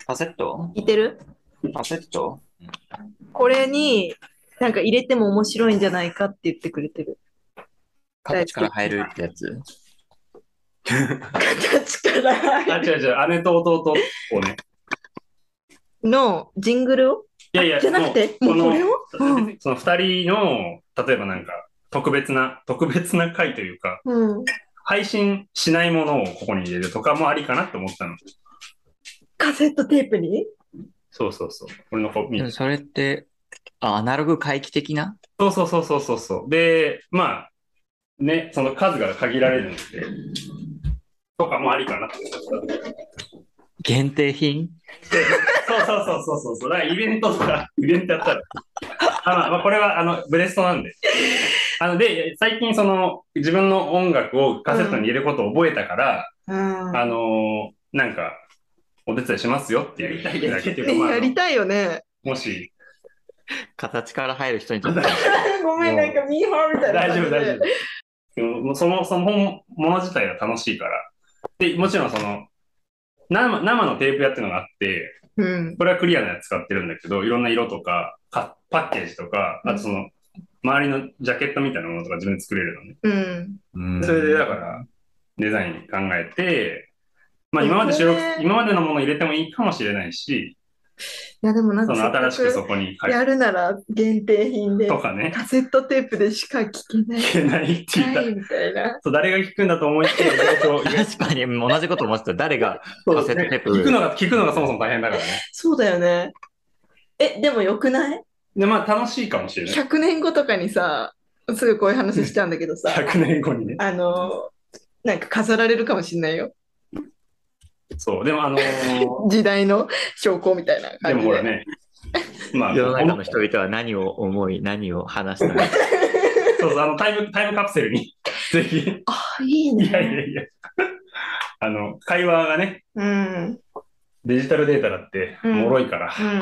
カセット聞いてる？ カセットこれに、なんか入れても面白いんじゃないかって言ってくれてる。大形から入る輔君が。 ってやつ。 形からあ、 入る違う違う、姉と弟をね。 のジングルを。 いやいや、 じゃなくて、もうこれを、 その二人の、例えばなんか、特別な回というか、 うん。 配信しないものをここに入れるとかもありかなって思ったの。 カセットテープに。 そうそうそう。俺の子見て。 でもそれって、アナログ回帰的なそうそうそうそうそうそう。で、まあ、ね、その数が限られるので、とかもありかなって思った。 限定品そうそうそうそうそうそう。だからイベントとか、イベントやったら。これは、ブレストなんで。で、最近その、自分の音楽をカセットに入れることを覚えたから、 うん。 なんか、お手伝いしますよっていう。 やりたいよね。 もし、 形から入る人にとっては。 ごめん、なんかミーハーみたいな大丈夫、 感じで。 大丈夫。そのもの自体が楽しいから。で、もちろんその、生のテープ屋っていうのがあって、 うん。 これはクリアなやつ使ってるんだけど、いろんな色とか、パッケージとか、あとその、周りのジャケットみたいなものとか自分で作れるのね。それでだから、デザイン考えて、まあ今までのものを入れてもいいかもしれないし、 いや、でもなんそかせっかの新しくそくこにやるなら限定品で、 とかね、 カセットテープでしか聞けない。 聞けないって言ったはい、みたいな。 そう、誰が聞くんだと思いきや、 確かに同じこと思ってた。誰がそうカセットテープ、 聞くのがそもそも大変だからね。 そうだよね。でもよくない？ で、まあ楽しいかもしれない。 100 年後とかにさ、すぐこういう話しちゃうんだけどさ、 100年後にね。 なんか飾られるかもしれないよ。 そう、でも時代の証拠みたいなで感じで。 もほらね、まあ、 世の中の人々は何を思い、何を話したのか。 そうそう、タイムカプセルに、ぜひ、 あ、いいね。 いやいやいや、会話がね、 うん。 デジタルデータだって、 うん脆いから、 うん。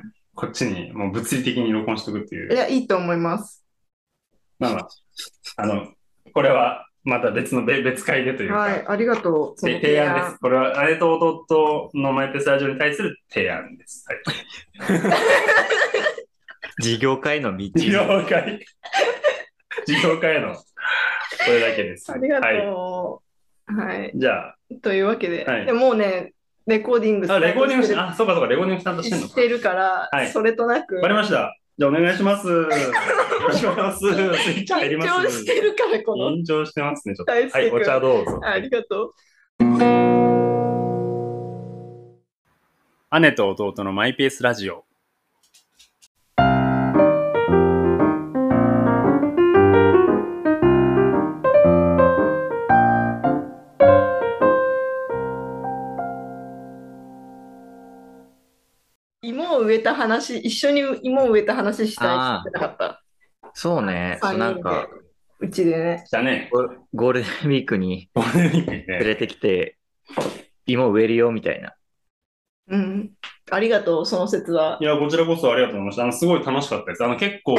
こっちにもう物理的に録音しとくっていう。 いや、いいと思います。 まあまあ、これはまた別会でというか、 はい、ありがとう。その提案です。これは姉と弟のマイペースラジオに対する提案です。はい、 事業界の道。 事業界への、これだけです。 ありがはい。 とう。はい。 じゃあ、 というわけで、 はいでもうね、レコーディングレコーディングしてるそうかそうか、レコーディングちゃんとしてんのか。 してるから、 はいそれとなくわかりました。じゃあお願いします。よろしくお願いします。スイッチ入り緊ます。 張してるから、この緊張してますね、ちょっと。 大輔はい、お君。 茶どうぞ。 ありがと姉と弟のマイペースラジオ。 う。芋を植えた話、一緒に芋を植えた話したいって言ってなかった。 そうね。そうなんか、 うちでね。 じゃあね、 ゴールデンウィークにゴールデンウィークにね。 連れてきて、芋植えるよみたいな。 うん。ありがとう、その説は。 いや、こちらこそありがとうございました。すごい楽しかったです。結構、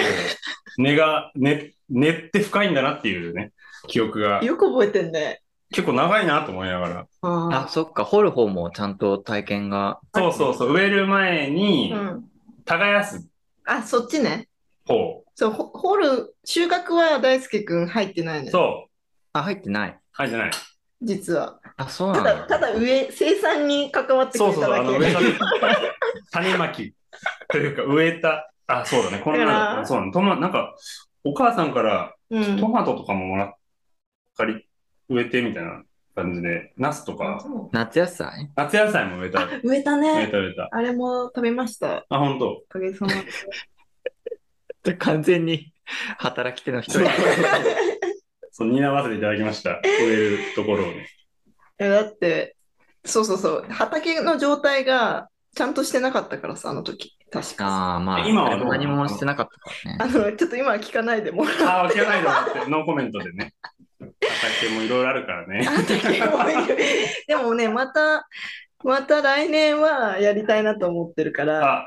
根って深いんだなっていうね、記憶が。 よく覚えてんね。 結構長いなと思いながら。 あ、そっか。掘る方もちゃんと体験が。 そうそうそう、植える前に、 うん。 耕すあ、そっちね。 方。 そう、収穫は大輔くん入ってないね。 そう、 あ、入ってない。 入ってない。 実は。 あ、そうなんだ。 ただ生産に関わってくそうそうそう、 れただけ。 植えた、種まきというか、植えた、そうだね、こんなのだったそうなの。なんか、お母さんからうんトマトとかも植えてみたいな感じで、ナスとか、 夏野菜夏野菜も植えた。 植えたね。 植えた。 あれも食べました。 あ、本当。 おかげさまで。 完全に働き手の一人。 そう、担わせていただきました。植えるところをね。 だって、そうそうそう、畑の状態がちゃんとしてなかったからさ、あの時。確か。 ああ、まあ、 今は誰も何もしてなかったからね。 ちょっと今は聞かないでもら聞かないでもらって、ノーコメントでね。畑もいろいろあるからね。 畑もいる。でもね、また来年はやりたいなと思ってるから、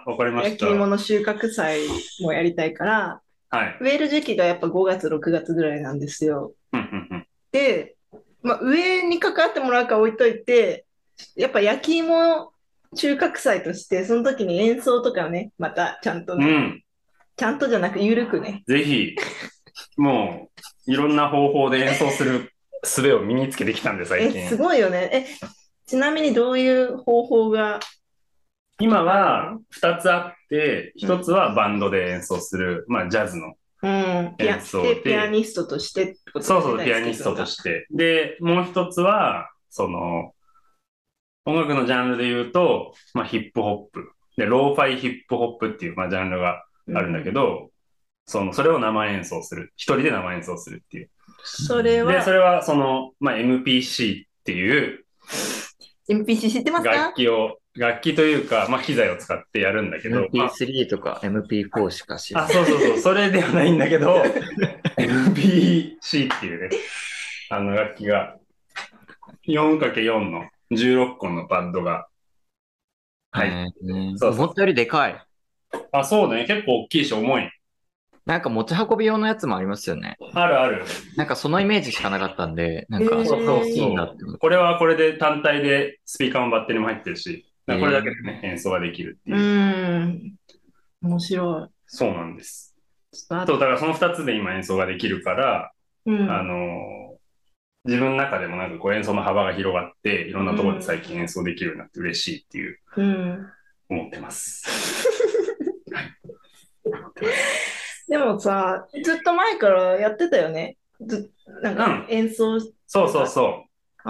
わかりました。 焼き芋の収穫祭もやりたいから、 はい。 植える時期がやっぱ5月、6月ぐらいなんですよ。で、まあ、上に関わってもらうか置いといて、やっぱ焼き芋中核祭として、その時に演奏とかね、またちゃんとね、ちゃんとじゃなく緩くね。 ぜひ、もう、いろんな方法で演奏する術を身につけてきたんで、最近。 すごいよね。ちなみにどういう方法が？ 今は2つあって、1つはバンドで演奏する、まあ、ジャズの演奏で。 ピアニストとしてってことそうそう、ピアニストとして。で、もう1つは、音楽のジャンルで言うと、まあ、ヒップホップ。で、ローファイヒップホップっていう、まあ、ジャンルがあるんだけど、それを生演奏する。一人で生演奏するっていう。 それは、 まあ、MPC っていう、 MPC 知ってますか？ 楽器というか、まあ、機材を使ってやるんだけど。 MP3 とか MP4 しか知らない。 そうそうそう、それではないんだけど、MPC っていうね、楽器が、4×4 の16個のパッドが入って、 思ったよりでかい。 そうね、結構大きいし重い。 なんか持ち運び用のやつもありますよね。 あるある。 なんかそのイメージしかなかったんで、なんかそういいなって。 これはこれで単体でスピーカーもバッテリーも入ってるし、これだけでね、演奏ができるっていう。 面白い。 そうなんです。だからその2つで今演奏ができるから、自分の中でもなんかこう演奏の幅が広がって、いろんなところで最近演奏できるようになって嬉しいっていう、思ってます。 でもさ、ずっと前からやってたよね。なんか演奏、 そうそうそう。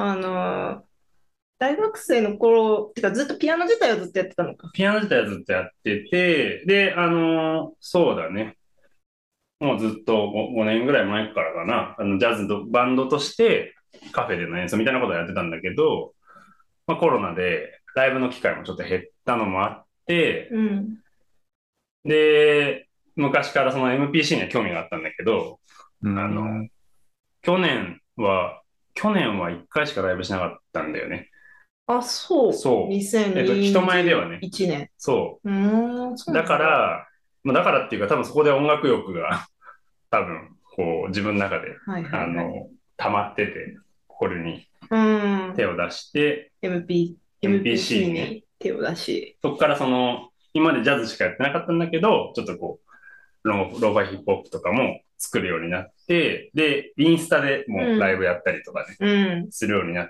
大学生の頃、てかずっとピアノ自体はずっとやってたのか。 ピアノ自体はずっとやってて、で、そうだね。もうずっと 5年ぐらい前からかな、ジャズのバンドとしてカフェでの演奏みたいなことをやってたんだけど、まあ、コロナでライブの機会もちょっと減ったのもあって、で、昔からその MPC には興味があったんだけど、去年は1回しかライブしなかったんだよね。 そう。 そう。人前ではね。 1年。 そう。だからっていうか多分そこで音楽欲が多分こう自分の中で、溜まってて、これに手を出して、 MPC に手を出し。 そこから今までジャズしかやってなかったんだけど、ちょっとこう、ローバイヒップホップとかも作るようになって、で、インスタでもライブやったりとかね、するようになって、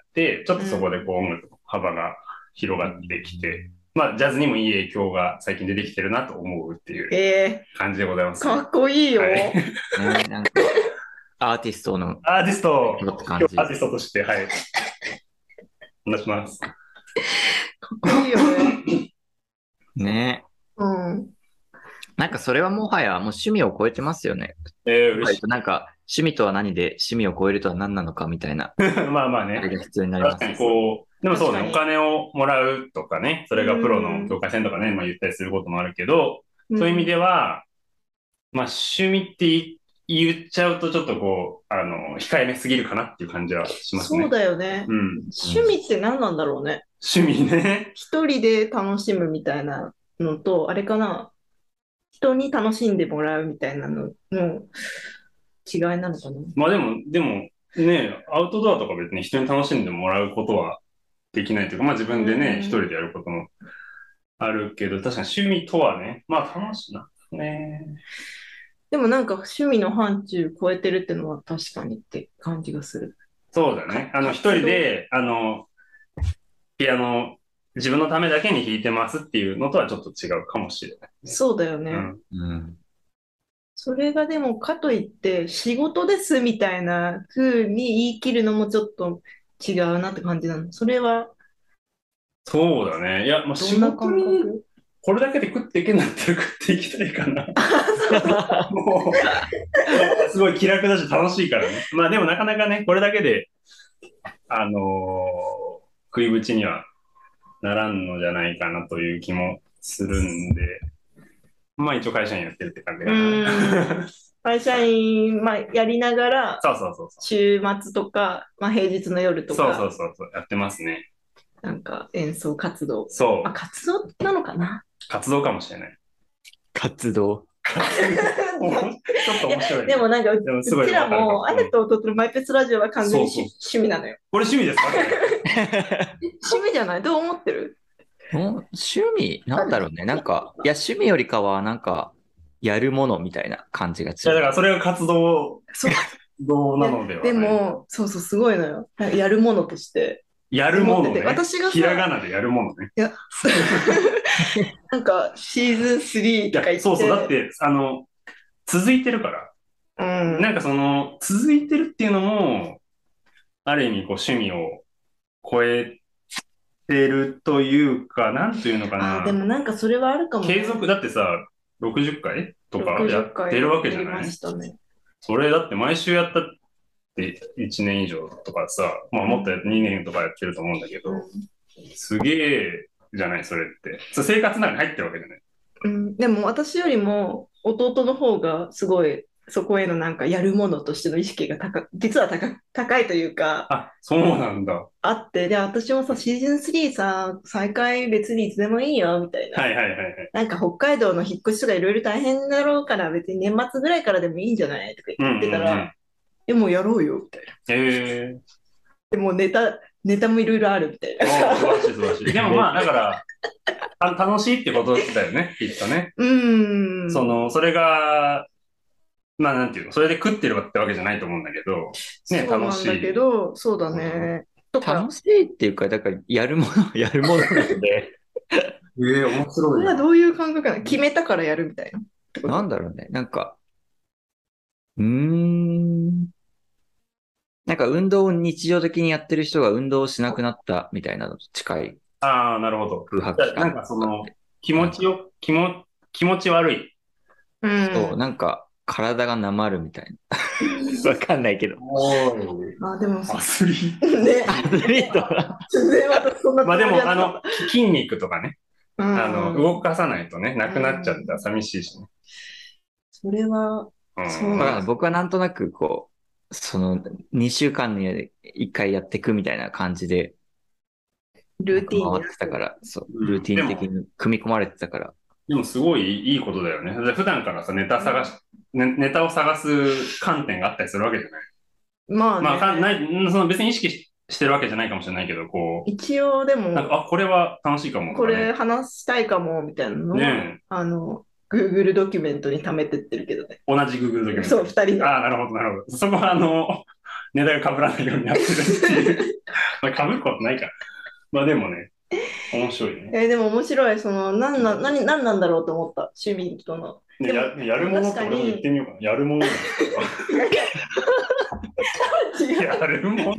ちょっとそこでこう音楽の幅が広がってきて、まあ、ジャズにもいい影響が最近出てきてるなと思うっていう感じでございます、 かっこいいよ。 なんかアーティストとして、はい。お願いします。かっこいいよね。 ね。なんかそれはもはやもう趣味を超えてますよね。 嬉しい。 なんか趣味とは何で趣味を超えるとは何なのかみたいな。 まあまあね。 それが必要になります。 確かにでもそうね、お金をもらうとかね、それがプロの境界線とかね、まあ言ったりすることもあるけど、そういう意味では、まあ趣味って言っちゃうとちょっとこう、控えめすぎるかなっていう感じはしますね。 そうだよね。趣味って何なんだろうね。 趣味ね。 一人で楽しむみたいなのと、あれかな、人に楽しんでもらうみたいなのの違いなのかな。 まあでもね、アウトドアとか別に人に楽しんでもらうことはできないというか、まあ自分でね、一人でやることもあるけど、確かに趣味とはね、まあ楽しいな。 でもなんか趣味の範疇超えてるってのは確かにって感じがする。 そうだね。一人で、ピアノ、自分のためだけに弾いてますっていうのとはちょっと違うかもしれない。 そうだよね。それがでもかといって仕事ですみたいな風に言い切るのもちょっと違うなって感じなの。それは。 そうだね。いや、まあ、仕事にこれだけで食っていけんだったら食っていきたいかな。もう、すごい気楽だし楽しいからね。まあでもなかなかね、これだけで、食いぶちにはならんのじゃないかなという気もするんで、まあ一応会社員やってるって感じかな。 会社員、まあ、やりながら、週末とか、まあ、平日の夜とか、 そうやってますね。 なんか演奏活動。 そう。 活動なのかな？ 活動かもしれない。 活動。 ちょっと面白い、ね。 でもなんか、うちらも、姉と弟のマイペースラジオは完全に趣味なのよ。 これ趣味ですか？ 趣味じゃない？どう思ってる？ 趣味、なんだろうね。なんか、いや、趣味よりかは、なんか、やるものみたいな感じがいや、だ強い。 からそれが活動、 そう。 活動なのではでない。 も、そうそう、すごいのよ。やるものとしてやるものね。 思ってて。私がひらさ、 がなでやるものね。 いや、なんかシーズン3 いや、 とか言って、 そうそう。だって、続いてるから。なんか続いてるっていうのも、ある意味、こう、趣味を超えてるというか、なんというのかでもな。 なんかそれはあるかもね。 継続、だってさ、60回とかや 60 ってるわけじゃやりまない。 したね。 それだって毎週やったって1年以上とかさ、まあもっと2年とかやってると思うんだけど、すげえじゃない、それって。生活の中に入ってるわけじゃない。 でも私よりも弟の方がすごいそこへのなんかやるものとしての意識が実は高いというか、 あ、そうなんだ。 あって、で、私もさ、シーズン3さ、再開別にいつでもいいよ、みたいな。 はいはいはいはい。 なんか北海道の引っ越しとかいろいろ大変だろうから別に年末ぐらいからでもいいんじゃないとかうん言ってたら、もうやろうよ、みたいな。でもネタもいろいろあるみたいな。 素晴らしい素晴らしい。でもまあ、だから、楽しいってことだよね、きっとね。それが、まあなんていうの、それで食ってるってわけじゃないと思うんだけど、ね、楽しい。 そうなんだけど、そうだね。 楽しいっていうか、だから、やるもの、やるものなので。 面白いな。 どういう感覚なの？決めたからやるみたいな。 なんだろうね。なんか、うーん。なんか運動を日常的にやってる人が運動をしなくなったみたいなのと近いああ、なるほど。 空白期間なんか気持ち悪い。 そう、なんか体がなまるみたいな。わかんないけど。 でもアスリート。 ね。 アスリートまあでも、筋肉とかね、動かさないとね、なくなっちゃったら寂しいしね。 それは、 僕はなんとなくこう、その2週間に1回やっていくみたいな感じで、 ルーティン回ってたから、そう、ルーティン的に組み込まれてたから。 でもすごいいいことだよね。普段からさ、ネタを探す観点があったりするわけじゃない。 まあね。 別に意識してるわけじゃないかもしれないけど、こう。 一応でも、 これは楽しいかも、 これ話したいかも、みたいなのは、Google ドキュメントに貯めてってるけどね。 同じ Google ドキュメント。 そう、二人が。なるほど、なるほど。そこはネタが被らないようになってるっていう。被ることないから。まあでもね、面白いね。 でも面白い。何なんだろうと思った。趣味との。 やるものって俺も言ってみようかな。やるものやるものって。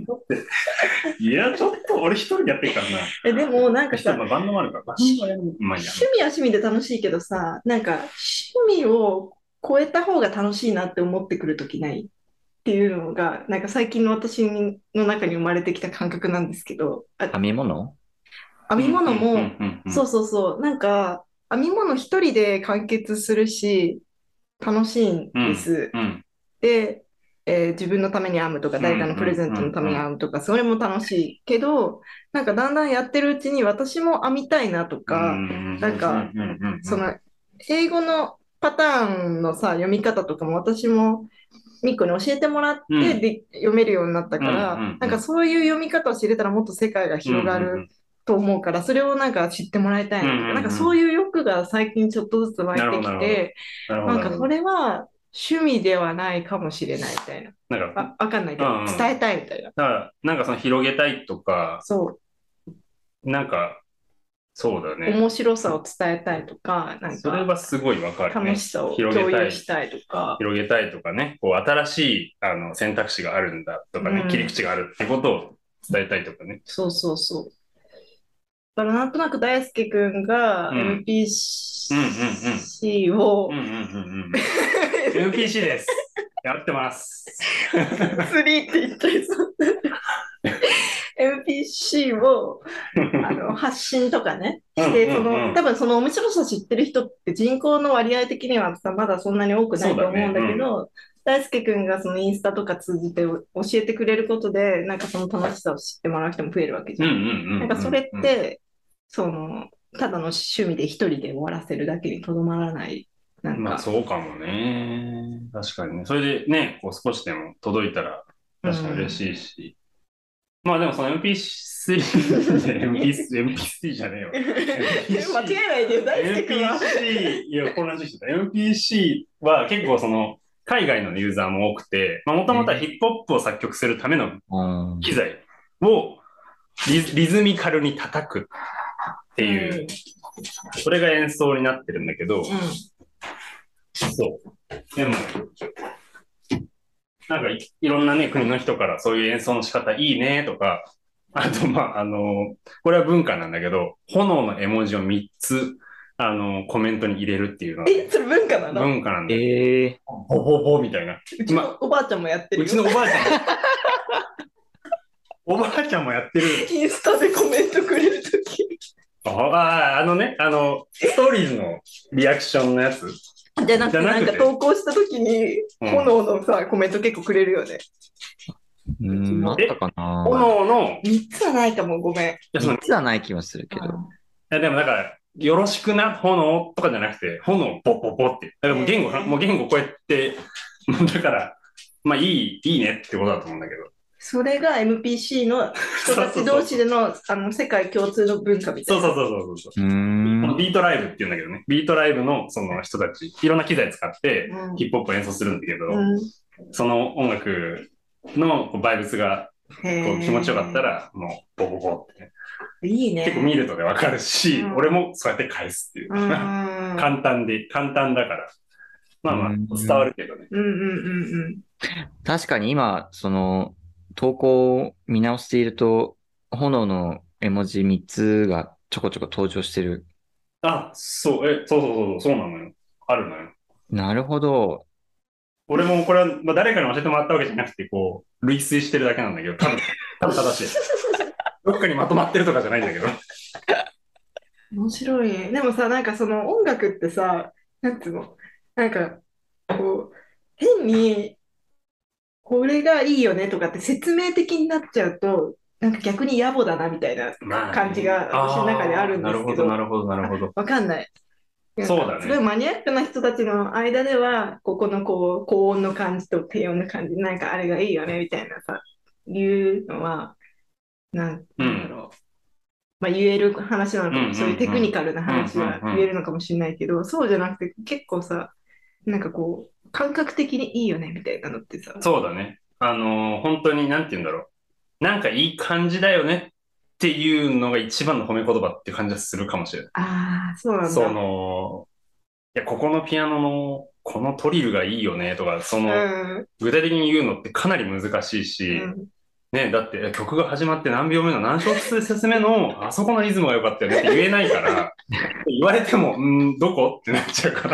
いや、ちょっと俺一人でやってるからな。 でもなんかさ、 バンドもあるから。 趣味は趣味で楽しいけどさ、なんか趣味を超えた方が楽しいなって思ってくるときないっていうのが、なんか最近の私の中に生まれてきた感覚なんですけど。 編み物も、そうそうそう、なんか編み物一人で完結するし、楽しいんです。で、自分のために編むとか、誰かのプレゼントのために編むとか、それも楽しいけど、なんかだんだんやってるうちに私も編みたいなとか、なんか、英語のパターンのさ、読み方とかも私もミッコに教えてもらってで、読めるようになったから、なんかそういう読み方を知れたらもっと世界が広がると思うから、それをなんか知ってもらいたいなとか、なんかそういう欲が最近ちょっとずつ湧いてきて、なんかそれは趣味ではないかもしれないみたいな。なんかわかんないけど、伝えたいみたいな。 だからなんか広げたいとか、なんか、そうだね。 面白さを伝えたいとか、なんか、 それはすごいわかる、ね。 楽しさを共有したいとか。 広げたいとかね、こう、新しい選択肢があるんだとかね、切り口があるってことを伝えたいとかね。 そうそうそう。だからなんとなく大輔くんが MPC を、 MPC です。やってます。 3って言っちゃいそう。MPC を発信とかねして、多分その面白さ知ってる人って人口の割合的にはさまだそんなに多くないと思うんだけど、大輔くんがそのインスタとか通じて教えてくれることで、なんかその楽しさを知ってもらう人も増えるわけじゃん。なんかそれって、ただの趣味で一人で終わらせるだけにとどまらない。 まあそうかもね。確かにね。それでね、こう少しでも届いたら確かに嬉しいし。 まあでもその MP3 MP3 じゃねえよ。 間違えないでよ、大輔君は。 MP3、いや、混乱してきた。MP3 は結構その、海外のユーザーも多くて、もともとはヒップホップを作曲するための機材をリズミカルに叩くっていう、それが演奏になってるんだけど、そう。でも、なんかいろんなね、国の人からそういう演奏の仕方いいねとか、あと、これは文化なんだけど、炎の絵文字を3つ、コメントに入れるっていうのは、 それ文化なの？ 文化なんだよ。 ボボボみたいな。 うちのおばあちゃんもやってるよ。 うちのおばあちゃんおばあちゃんもやってる。 インスタでコメントくれるとき。 ストーリーズのリアクションのやつじゃなくて、なんか投稿したときに、炎のさ、コメント結構くれるよね。 あったかな。 炎の 3つはないかも、ごめん。 3つはない気もするけど。 いや、でもだから、よろしくな、炎とかじゃなくて、炎、ポッポッポって。だからもう言語こうやって、だから、まあいいねってことだと思うんだけど。 それが MPC の人たち同士での世界共通の文化みたいな。 そう。ビートライブって言うんだけどね。ビートライブのその人たち、いろんな機材使ってヒップホップを演奏するんだけど、その音楽のバイブスがこう気持ちよかったら、もうボボボってね。 いいね。 結構見るとでわかるし、俺もそうやって返すっていう。簡単だから。まあ伝わるけどね。 確かに今、その、投稿を見直していると、炎の絵文字3つがちょこちょこ登場してる。 そうなのよ。あるのよ。 なるほど。 俺もこれは、誰かに教えてもらったわけじゃなくて、こう、類推してるだけなんだけど、多分正しい。どっかにまとまってるとかじゃないんだけど。 面白いね。でもさ、なんかその音楽ってさ、なんつうの、なんか、こう、変に、これがいいよねとかって説明的になっちゃうと、なんか逆に野暮だなみたいな感じが私の中であるんですけど。 なるほど。 わかんない。 そうだね。 すごいマニアックな人たちの間では、ここのこう高音の感じと低音の感じ、なんかあれがいいよねみたいなさ、いうのは、なんだろう。まあ、言える話なのかも、そういうテクニカルな話は言えるのかもしれないけど、そうじゃなくて結構さ、なんかこう、感覚的にいいよねみたいなのってさ。 そうだね。本当になんて言うんだろう。なんかいい感じだよねっていうのが一番の褒め言葉っていう感じがするかもしれない。 ああ、そうなんだ。 いや、ここのピアノのこのトリルがいいよねとか、具体的に言うのってかなり難しいし、ね、だって曲が始まって何秒目の何小節目のあそこのリズムが良かったよねって言えないから、言われても、どこってなっちゃうから。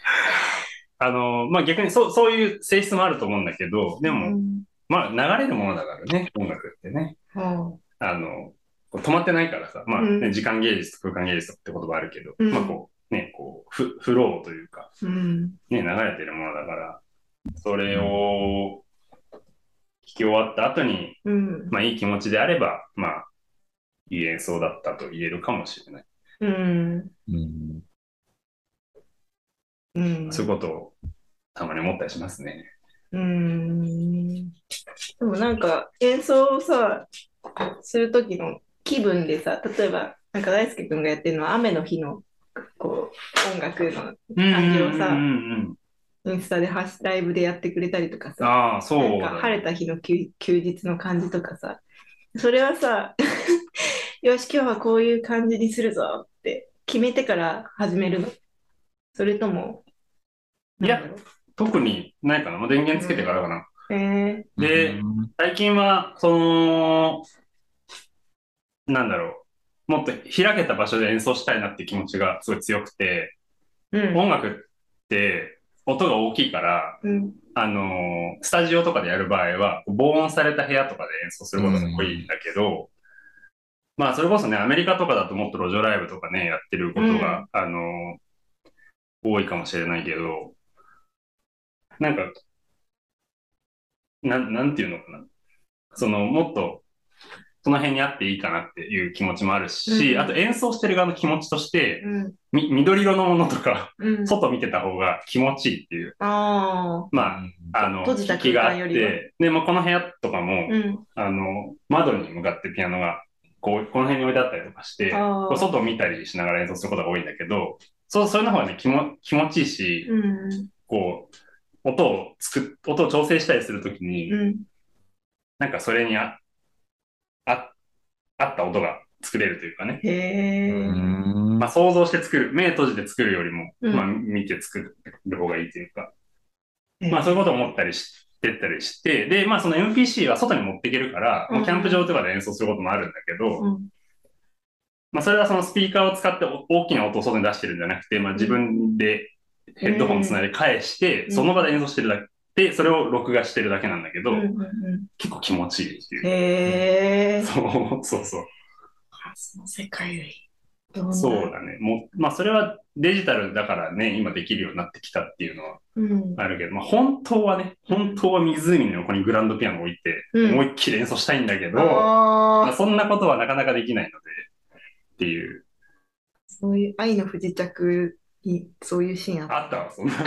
逆にそういう性質もあると思うんだけど、でも、流れるものだからね、音楽ってね。止まってないからさ、時間芸術と空間芸術って言葉あるけど、フローというか、流れてるものだから、それを聞き終わった後に、いい気持ちであれば、いい演奏だったと言えるかもしれない。そういうことをたまに思ったりしますね。 でもなんか演奏をさ、するときの気分でさ、例えば、なんか大輔君がやってるのは雨の日のこう音楽の感じをさ、インスタでライブでやってくれたりとかさ、なんか晴れた日の休日の感じとかさ、それはさ、よし、今日はこういう感じにするぞって決めてから始めるの？それとも、 いや、特にないかな。もう電源つけてからかな。で、最近は、なんだろう。もっと開けた場所で演奏したいなっていう気持ちがすごい強くて、音楽って音が大きいから、スタジオとかでやる場合は、防音された部屋とかで演奏することが多いんだけど、それこそね、アメリカとかだともっと路上ライブとかね、やってることが、多いかもしれないけど、なんか、なんていうのかな。もっと、 その辺にあっていいかなっていう気持ちもあるし、あと演奏してる側の気持ちとして、緑色のものとか、外見てた方が気持ちいいっていう。まあ、引きがあって、で、この部屋とかも、窓に向かってピアノが、この辺に置いてあったりとかして、外を見たりしながら演奏することが多いんだけど、それの方がね、気持ちいいし、音を調整したりするときに、なんかそれに合った音が作れるというかね。想像して作る、目閉じて作るよりも、見て作る方がいいというか、そういうことを思ったりしてったりして、で、その MPC は外に持っていけるから、キャンプ場とかで演奏することもあるんだけど、それはそのスピーカーを使って大きな音を外に出してるんじゃなくて、自分でヘッドホンつないで返して、その場で演奏してるだけで、それを録画してるだけなんだけど、結構気持ちいいっていう。そう。 その世界そうだね。それはデジタルだからね、今できるようになってきたっていうのはあるけど、本当は湖の横にグランドピアノを置いて、思いっきり演奏したいんだけど、そんなことはなかなかできないので、っていう。 そういう愛の不時着に、そういうシーンあったわ、そんなの。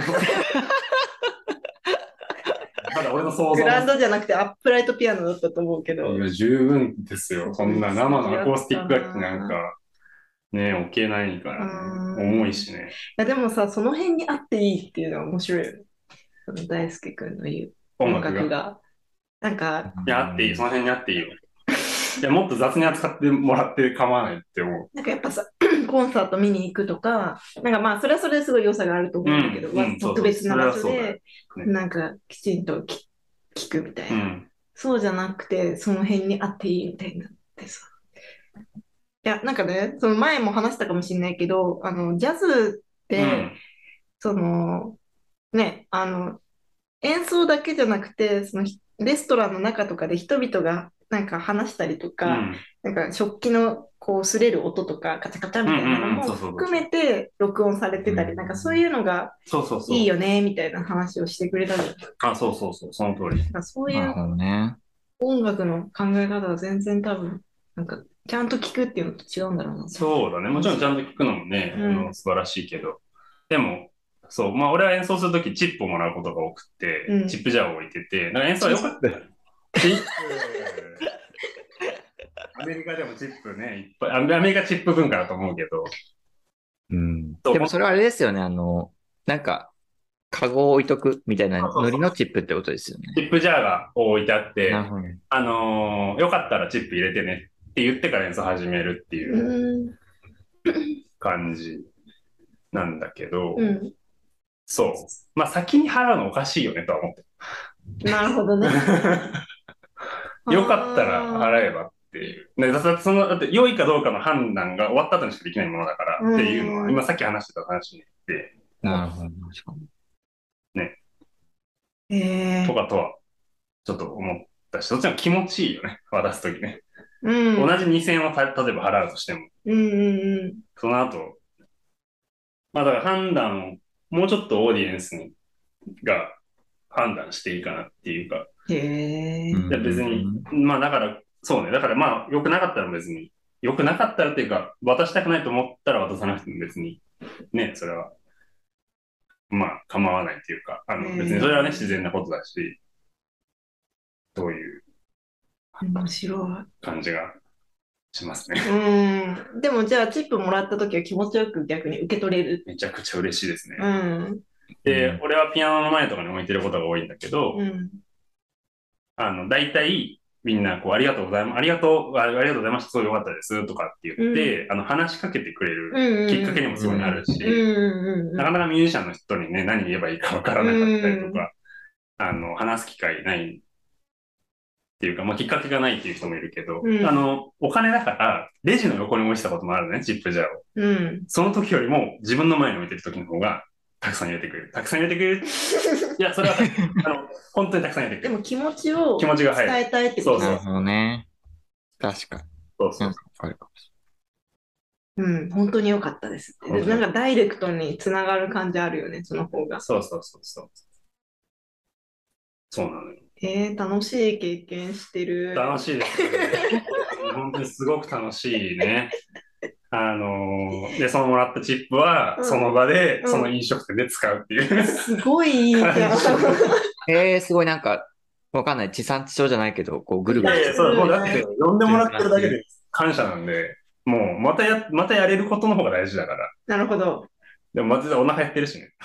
まだ俺の想像。 グランドじゃなくてアップライトピアノだったと思うけど。 いや、十分ですよ。そんな生のアコースティック楽器なんか、ね、置けないからね。重いしね。 いや、でもさ、その辺にあっていいっていうのは面白いよね。その大輔くんの言う音楽が。なんか。 いや、あっていい。その辺にあっていいよ。いや、もっと雑に扱ってもらって構わないって思う。 なんかやっぱさ、コンサート見に行くとか、なんかそれはそれですごい良さがあると思うんだけど、特別な場所で、なんかきちんと聞くみたいな。そうじゃなくて、その辺にあっていいみたいになってさ。いや、なんかね、その前も話したかもしれないけど、ジャズって、その、ね、演奏だけじゃなくて、そのレストランの中とかで人々がなんか話したりとか、なんか食器のこう擦れる音とかカチャカチャみたいなのも含めて録音されてたり、なんかそういうのがいいよねみたいな話をしてくれたり。 そう、その通り。 そういう音楽の考え方は全然多分、なんかちゃんと聞くっていうのと違うんだろうな。 そうだね。もちろんちゃんと聞くのもね、素晴らしいけど。でも、そう、俺は演奏するときチップをもらうことが多くて、チップジャーを置いてて、なんか演奏は良かったよ。チップ。アメリカでもチップね、いっぱい、アメリカチップ文化だと思うけど。 でもそれはあれですよね、なんか、カゴを置いとくみたいなノリのチップってことですよね。 チップジャーが置いてあって、よかったらチップ入れてねって言ってから演奏始めるっていう感じなんだけど、そう。先に払うのおかしいよねとは思って。 なるほどね。 よかったら払えばっていう。だって良いかどうかの判断が終わった後にしかできないものだからっていうのは、今さっき話してた話で。 なるほど。 ね。とかとは、ちょっと思ったし、そっちの気持ちいいよね。渡すときね。同じ2000円を例えば払うとしても。その後、だから判断をもうちょっとオーディエンスが判断していいかなっていうか。別に、だから、そうね。だから良くなかったら別に、良くなかったらっていうか、渡したくないと思ったら渡さなくても別に、ね、それは、構わないっていうか、別にそれはね、自然なことだし、そういう面白い感じがしますね。 でもじゃあチップもらった時は気持ちよく逆に受け取れる。 めちゃくちゃ嬉しいですね。で、俺はピアノの前とかに置いてることが多いんだけど、大体みんなありがとうございます、ありがとうございました、すごい良かったですとかって言って、話しかけてくれるきっかけにもすごいなるし、なかなかミュージシャンの人にね、何言えばいいかわからなかったりとか、話す機会ないっていうか、きっかけがないっていう人もいるけど、お金だから、レジの横に置いてたこともあるね、チップジャーを。その時よりも、自分の前に置いてる時の方が、たくさん入れてくれる。たくさん入れてくれる。いや、それは、本当にたくさん入れてくれる。 でも気持ちを伝えたいってこと。なるほどね。確かに。 本当に良かったですって。なんかダイレクトにつながる感じあるよね、その方が。 そう。そうなのよ。 楽しい経験してる。 楽しいですね。 本当にすごく楽しいね。で、そのもらったチップは、その場で、その飲食店で使うっていう。 すごいいいじゃん。 すごいなんか、わかんない。地産地消じゃないけど、こう、ぐるぐる。 そう、もうだって、呼んでもらってるだけで感謝なんで、もう、またやれることの方が大事だから。 なるほど。 でも、まずお腹減ってるしね。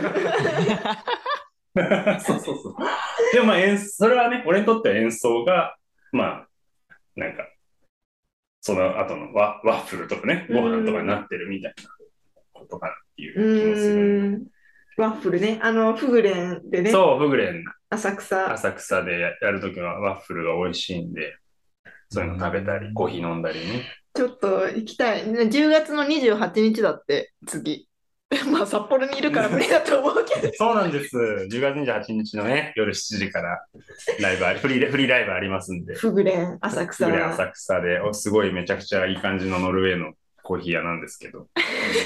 そうそうそう。でもまあそれはね、俺にとっては演奏が、まあ、なんか、その後のワッフルとかね、ご飯とかになってるみたいなことかなっていう気もする。 ワッフルね。フグレンでね。 そう、フグレン。 浅草でやるときはワッフルが美味しいんで、そういうの食べたり、コーヒー飲んだりね。 ちょっと行きたい。10月の28日だって、次。まあ、札幌にいるから無理だと思うけど。 そうなんです。10月28日のね、夜7時からフリーライブありますんで。 フグレン浅草。 フグレン浅草で、すごいめちゃくちゃいい感じのノルウェーのコーヒー屋なんですけど。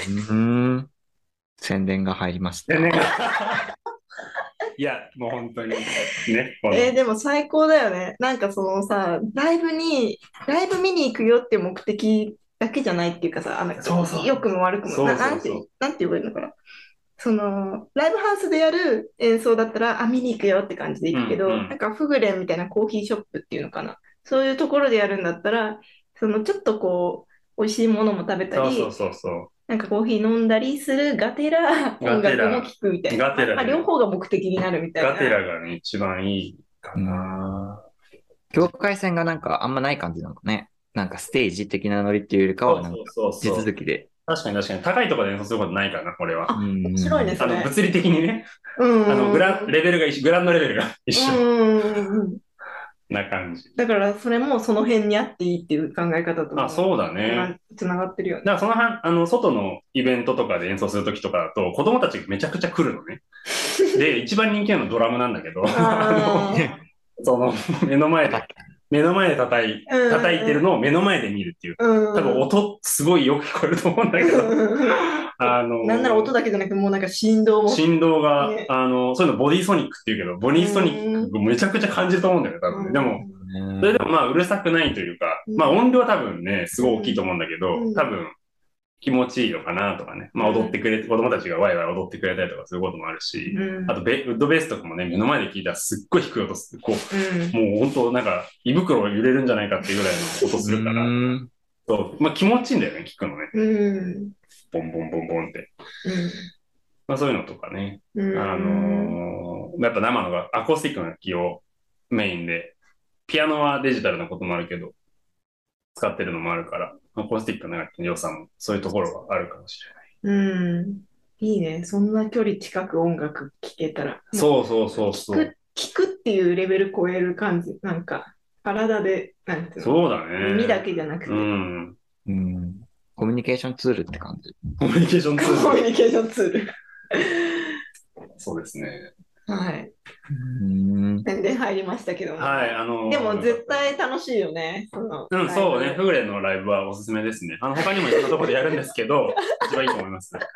宣伝が入りました。 いや、もう本当にね。 でも最高だよね。なんかそのさ、ライブ見に行くよって目的だけじゃないっていうかさ、良くも悪くも、なんて言えばいいのかな。その、ライブハウスでやる演奏だったら、見に行くよって感じで行くけど、なんかフグレンみたいなコーヒーショップっていうのかな。そういうところでやるんだったら、そのちょっとこう、美味しいものも食べたり、なんかコーヒー飲んだりするがてら、音楽も聴くみたいな。両方が目的になるみたいな。 がてらがね、一番いいかな。 境界線がなんかあんまない感じなのかね。なんかステージ的なノリっていうよりかは、なんか地続きで。 確かに。高いところで演奏することないかな、これは。 面白いですね。 物理的にね。グランドレベルが一緒。な感じ。 だからそれもその辺にあっていいっていう考え方とそうだね。 つながってるよね。 だから外のイベントとかで演奏するときとかだと、子供たちがめちゃくちゃ来るのね。で、一番人気なのドラムなんだけど、その目の前で叩いてるのを目の前で見るっていう。多分音すごいよく聞こえると思うんだけど。 なんなら音だけじゃなくてもうなんか振動が、そういうのボディソニックっていうけど、ボディソニックめちゃくちゃ感じると思うんだよ、多分。でも、それでもまあうるさくないというか、まあ音量は多分ね、すごい大きいと思うんだけど、多分気持ちいいのかなとかね。まあ子供たちがワイワイ踊ってくれたりとかすることもあるし、あとウッドベースとかもね、目の前で聞いたらすっごい低い音する。もう本当なんか胃袋揺れるんじゃないかっていうぐらいの音するから、まあ気持ちいいんだよね、聞くのね。ボンボンボンボンって。まあそういうのとかね。やっぱ生のアコースティックの楽器をメインで、ピアノはデジタルなこともあるけど、使ってるのもあるから、アコースティックの楽器の良さもそういうところがあるかもしれない。いいね。そんな距離近く音楽聴けたら。 そう。 聞くっていうレベル超える感じ。なんか、体で、なんていうの。 そうだね。 耳だけじゃなくて。 コミュニケーションツールって感じ。 コミュニケーションツール。 そうですね。 はい。宣伝入りましたけども。 はい、 でも絶対楽しいよね。 そうね。フグレのライブはおすすめですね。他にもいろんなところでやるんですけど、一番いいと思います。はい。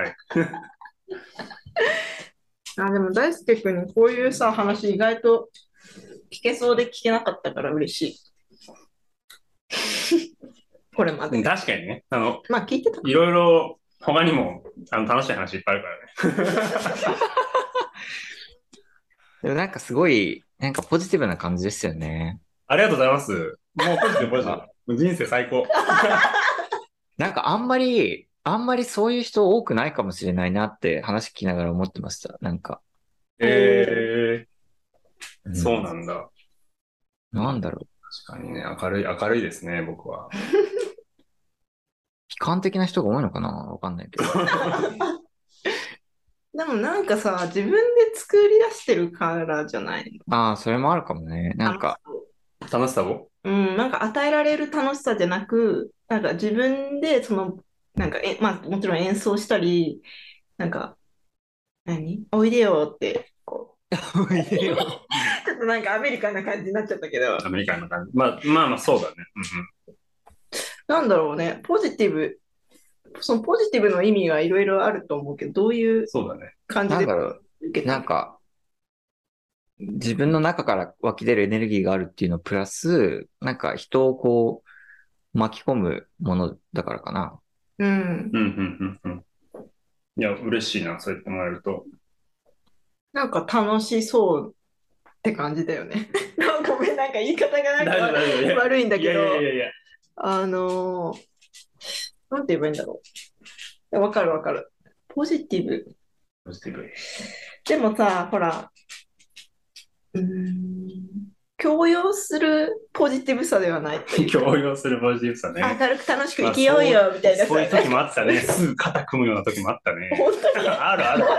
でも大輔君にこういうさ、話意外と聞けそうで聞けなかったから嬉しい。これまで。 確かにね。 まあ聞いてた。 いろいろ他にも楽しい話いっぱいあるからね。 でもなんかすごい、なんかポジティブな感じですよね。 ありがとうございます。もうポジティブ。人生最高。 なんかあんまりそういう人多くないかもしれないなって話聞きながら思ってました。なんか。 そうなんだ。 なんだろう。 確かにね、明るいですね、僕は。 悲観的な人が多いのかなわかんないけど。 でもなんかさ、自分で作り出してるからじゃないの？それもあるかもね。なんか。 楽しさを？ なんか与えられる楽しさじゃなく、なんか自分でなんかまあもちろん演奏したり、なんか、おいでよって、こう。おいでよ。ちょっとなんかアメリカンな感じになっちゃったけど。 アメリカンな感じ。まあそうだね。 なんだろうね、そのポジティブの意味はいろいろあると思うけど、どういう感じで受けた？なんか、自分の中から湧き出るエネルギーがあるっていうのプラス、なんか人をこう、 巻き込むものだからかな。 うん。 いや、嬉しいな、そう言ってもらえると。 なんか楽しそうって感じだよね。ごめん、なんか言い方がなんか悪いんだけど、なんて言えばいいんだろう。わかるわかる。ポジティブ。でもさ、ほら、強要するポジティブさではない。 強要するポジティブさね。 明るく楽しく生きようよ、みたいな。 そういう時もあったね。すぐ肩組むような時もあったね。 本当にあるある。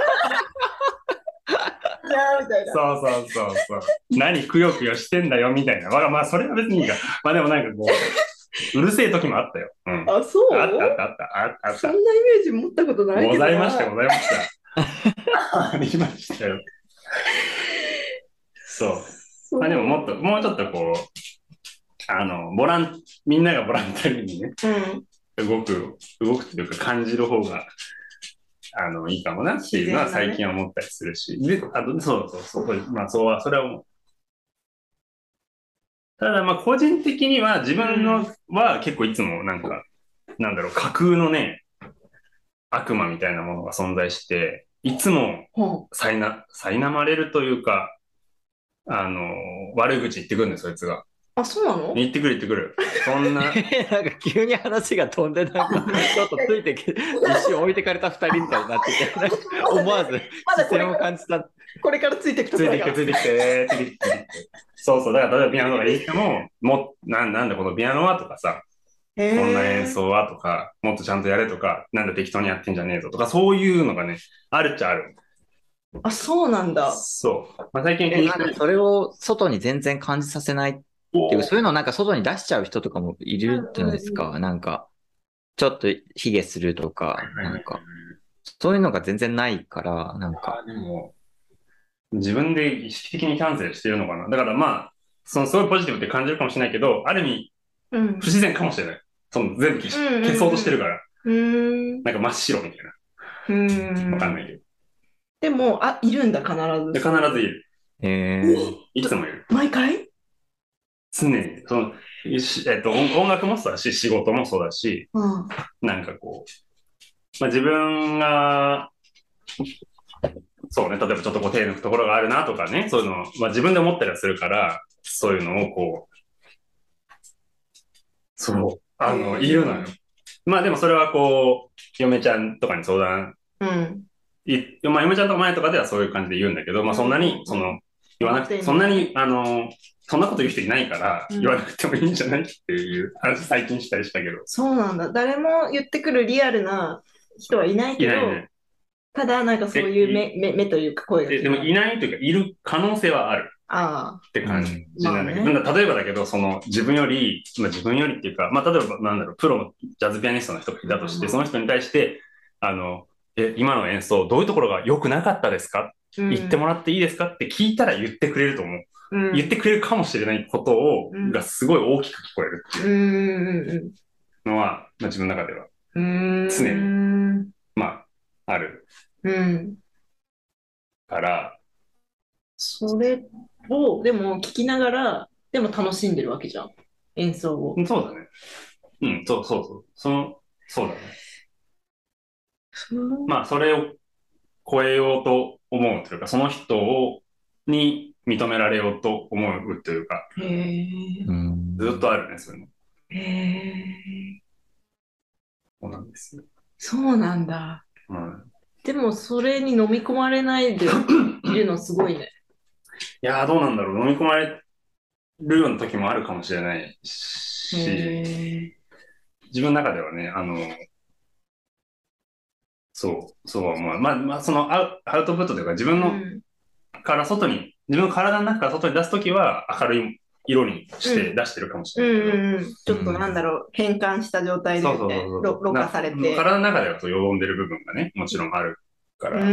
じゃあ、みたいな。 そう。何くよくよしてんだよ、みたいな。まあ、それは別にいいか。まあでもなんかこう、うるせえ時もあったよ。 あ、そう？ あった。 そんなイメージ持ったことないけど。 ございました。ありましたよ。そう。まあでももうちょっとこう、みんながボランタリーにね、動くというか感じる方が、いいかもなっていうのは最近は思ったりするし。で、あと、そう。まあ、それは思う。ただ、まあ、個人的には自分のは結構いつもなんか、なんだろう、架空のね、悪魔みたいなものが存在して、いつも苛まれるというか、悪口言ってくるんですそいつが。 あ、そうなの？ 言ってくる。そんな。 なんか急に話が飛んで、なんか、ちょっとついてきて、一瞬置いてかれた二人みたいになってて、なんか思わず視線を感じた。 これからついてきて。 ついてきて。そう。だから例えばピアノとか言っても、なんでこのピアノはとかさ、こんな演奏はとか、もっとちゃんとやれとか、なんで適当にやってんじゃねえぞとか、そういうのがね、あるっちゃある。 あ、そうなんだ。 そう。まあ、最近なんかそれを外に全然感じさせないっていう、そういうのをなんか外に出しちゃう人とかもいるじゃないですか。なんか、ちょっと卑下するとか、なんか、そういうのが全然ないから、なんか。 でも、自分で意識的にキャンセルしてるのかな。だからまあ、すごいポジティブって感じるかもしれないけど、ある意味、不自然かもしれない。全部消そうとしてるから。なんか真っ白みたいな。わかんないけど。 でも、いるんだ、必ず。 必ずいる。いつもいる。 毎回？ 常に。音楽もそうだし、仕事もそうだし、なんかこう、まあ、自分が、そうね、例えばちょっとこう手抜くところがあるなとかね、そういうのを、まあ、自分で思ったりはするから、そういうのをこう、いるのよ。まあでもそれはこう、嫁ちゃんとかに相談、まあ嫁ちゃんとか前とかではそういう感じで言うんだけど、まあそんなに、言わなくて、そんなに、そんなこと言う人いないから、言わなくてもいいんじゃないっていう話最近したりしたけど。 そうなんだ。誰も言ってくるリアルな人はいないけど、ただなんかそういう目というか声が。 でもいないというか、いる可能性はある。って感じなんだけど、例えばだけど、自分よりっていうか、まあ例えばなんだろう、プロのジャズピアニストの人がいたとして、その人に対して、今の演奏どういうところが良くなかったですか、言ってもらっていいですかって聞いたら言ってくれると思う。言ってくれるかもしれないことがすごい大きく聞こえるっていうのは、まあ、自分の中では常に、まあ、ある。から、 それを、でも聞きながら、でも楽しんでるわけじゃん。演奏を。 そうだね。そうだね。まあ、それを超えようと思うというか、その人に認められようと思うというか、ずっとあるね、そういうの。そうなんですよ。 そうなんだ。でも、それに飲み込まれないでいるのすごいね。 いやー、どうなんだろう。飲み込まれるような時もあるかもしれないし、自分の中ではね、まあ、そのアウトプットというか、自分の自分の体の中から外に出すときは明るい色にして出してるかもしれないけど、 ちょっとなんだろう、変換した状態でろ過されて。 体の中ではよどんでる部分がね、もちろんあるから、そう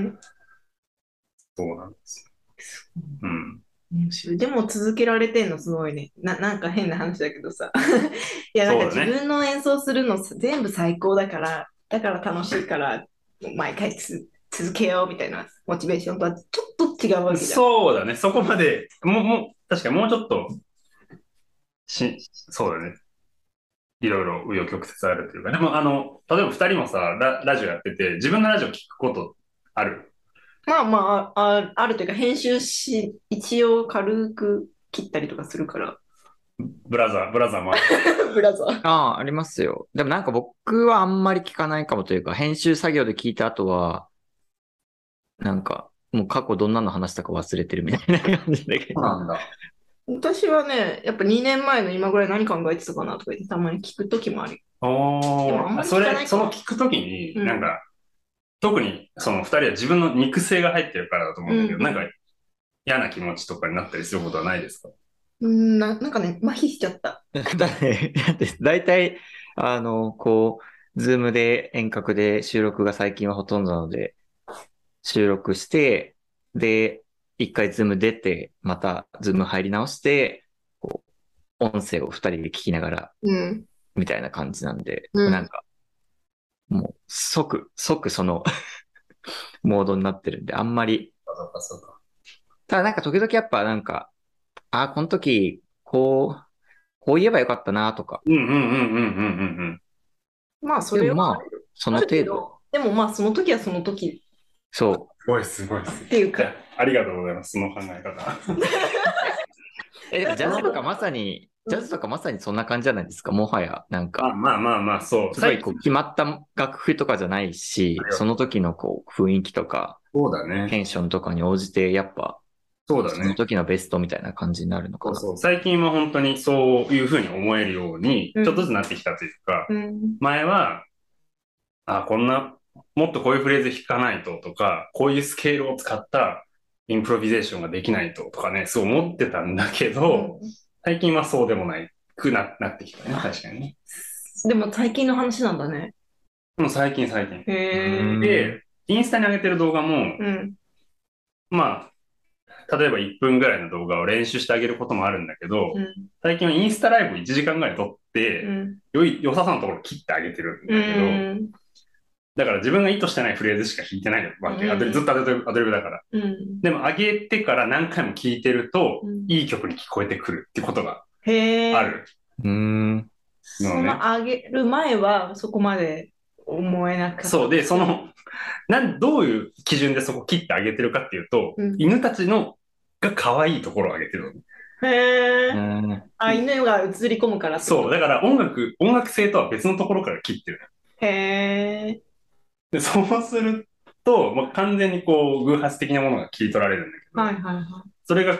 なんですよ。 面白い。でも続けられてんのすごいね。なんか変な話だけどさ。いや、なんか自分の演奏するの全部最高だから、楽しいから、毎回続けようみたいなモチベーションとはちょっと違うわけじゃん。 そうだね。そこまで、確かにもうちょっと、そうだね。 いろいろ紆余曲折あるというか、でも例えば二人もさ、ラジオやってて、自分のラジオ聞くことある？ まあまあ、あるというか、編集し、一応軽く切ったりとかするから。 ブラザーもある。 ブラザー。 ああ、ありますよ。でもなんか僕はあんまり聞かないかもというか、編集作業で聞いた後は、なんか、もう過去どんなの話したか忘れてるみたいな感じだけど。 なんだ。 私はね、やっぱ2年前の今ぐらい何考えてたかなとか言ってたまに聞くときもある。 その聞くときに、なんか、特にその二人は自分の肉声が入ってるからだと思うんだけど、なんか嫌な気持ちとかになったりすることはないですか？ なんかね、麻痺しちゃった。 だいたい、ズームで遠隔で収録が最近はほとんどなので、収録して、で、一回ズーム出て、またズーム入り直して、音声を二人で聞きながら、みたいな感じなんで、なんか、もう即そのモードになってるんで、あんまり。ただなんか時々やっぱなんか、この時、こう言えばよかったなとか。 まあ、それは。 まあ、その程度。 でもまあ、その時はその時。 そう。 すごい。 っていうか。 ありがとうございます、その考え方。 ジャズとかまさにそんな感じじゃないですか、もはや。なんか。 まあ、そう。 すごい決まった楽譜とかじゃないし、その時の雰囲気とか、 そうだね。 テンションとかに応じて、やっぱ、 そうだね。 その時のベストみたいな感じになるのかな。 そう。最近は本当にそういうふうに思えるように、ちょっとずつなってきたというか、前は、もっとこういうフレーズ弾かないととか、こういうスケールを使ったインプロビゼーションができないととかね、そう思ってたんだけど、最近はそうでもないくなってきたね、確かにね。 でも最近の話なんだね。 もう最近。 へで、インスタに上げてる動画も、まあ、例えば1分ぐらいの動画を練習してあげることもあるんだけど、最近はインスタライブ1時間ぐらい撮って、良さそうなところ切ってあげてるんだけど、だから自分が意図してないフレーズしか弾いてないわけ。ずっとアドリブだから。でも上げてから何回も聴いてると、いい曲に聞こえてくるってことがある。 その上げる前はそこまで思えなかった。 そうで、どういう基準でそこ切ってあげてるかっていうと、犬たちが可愛いところを上げてるの。 犬が映り込むから。 そう、だから音楽性とは別のところから切ってる。で、そうすると、完全に偶発的なものが切り取られるんだけど、それが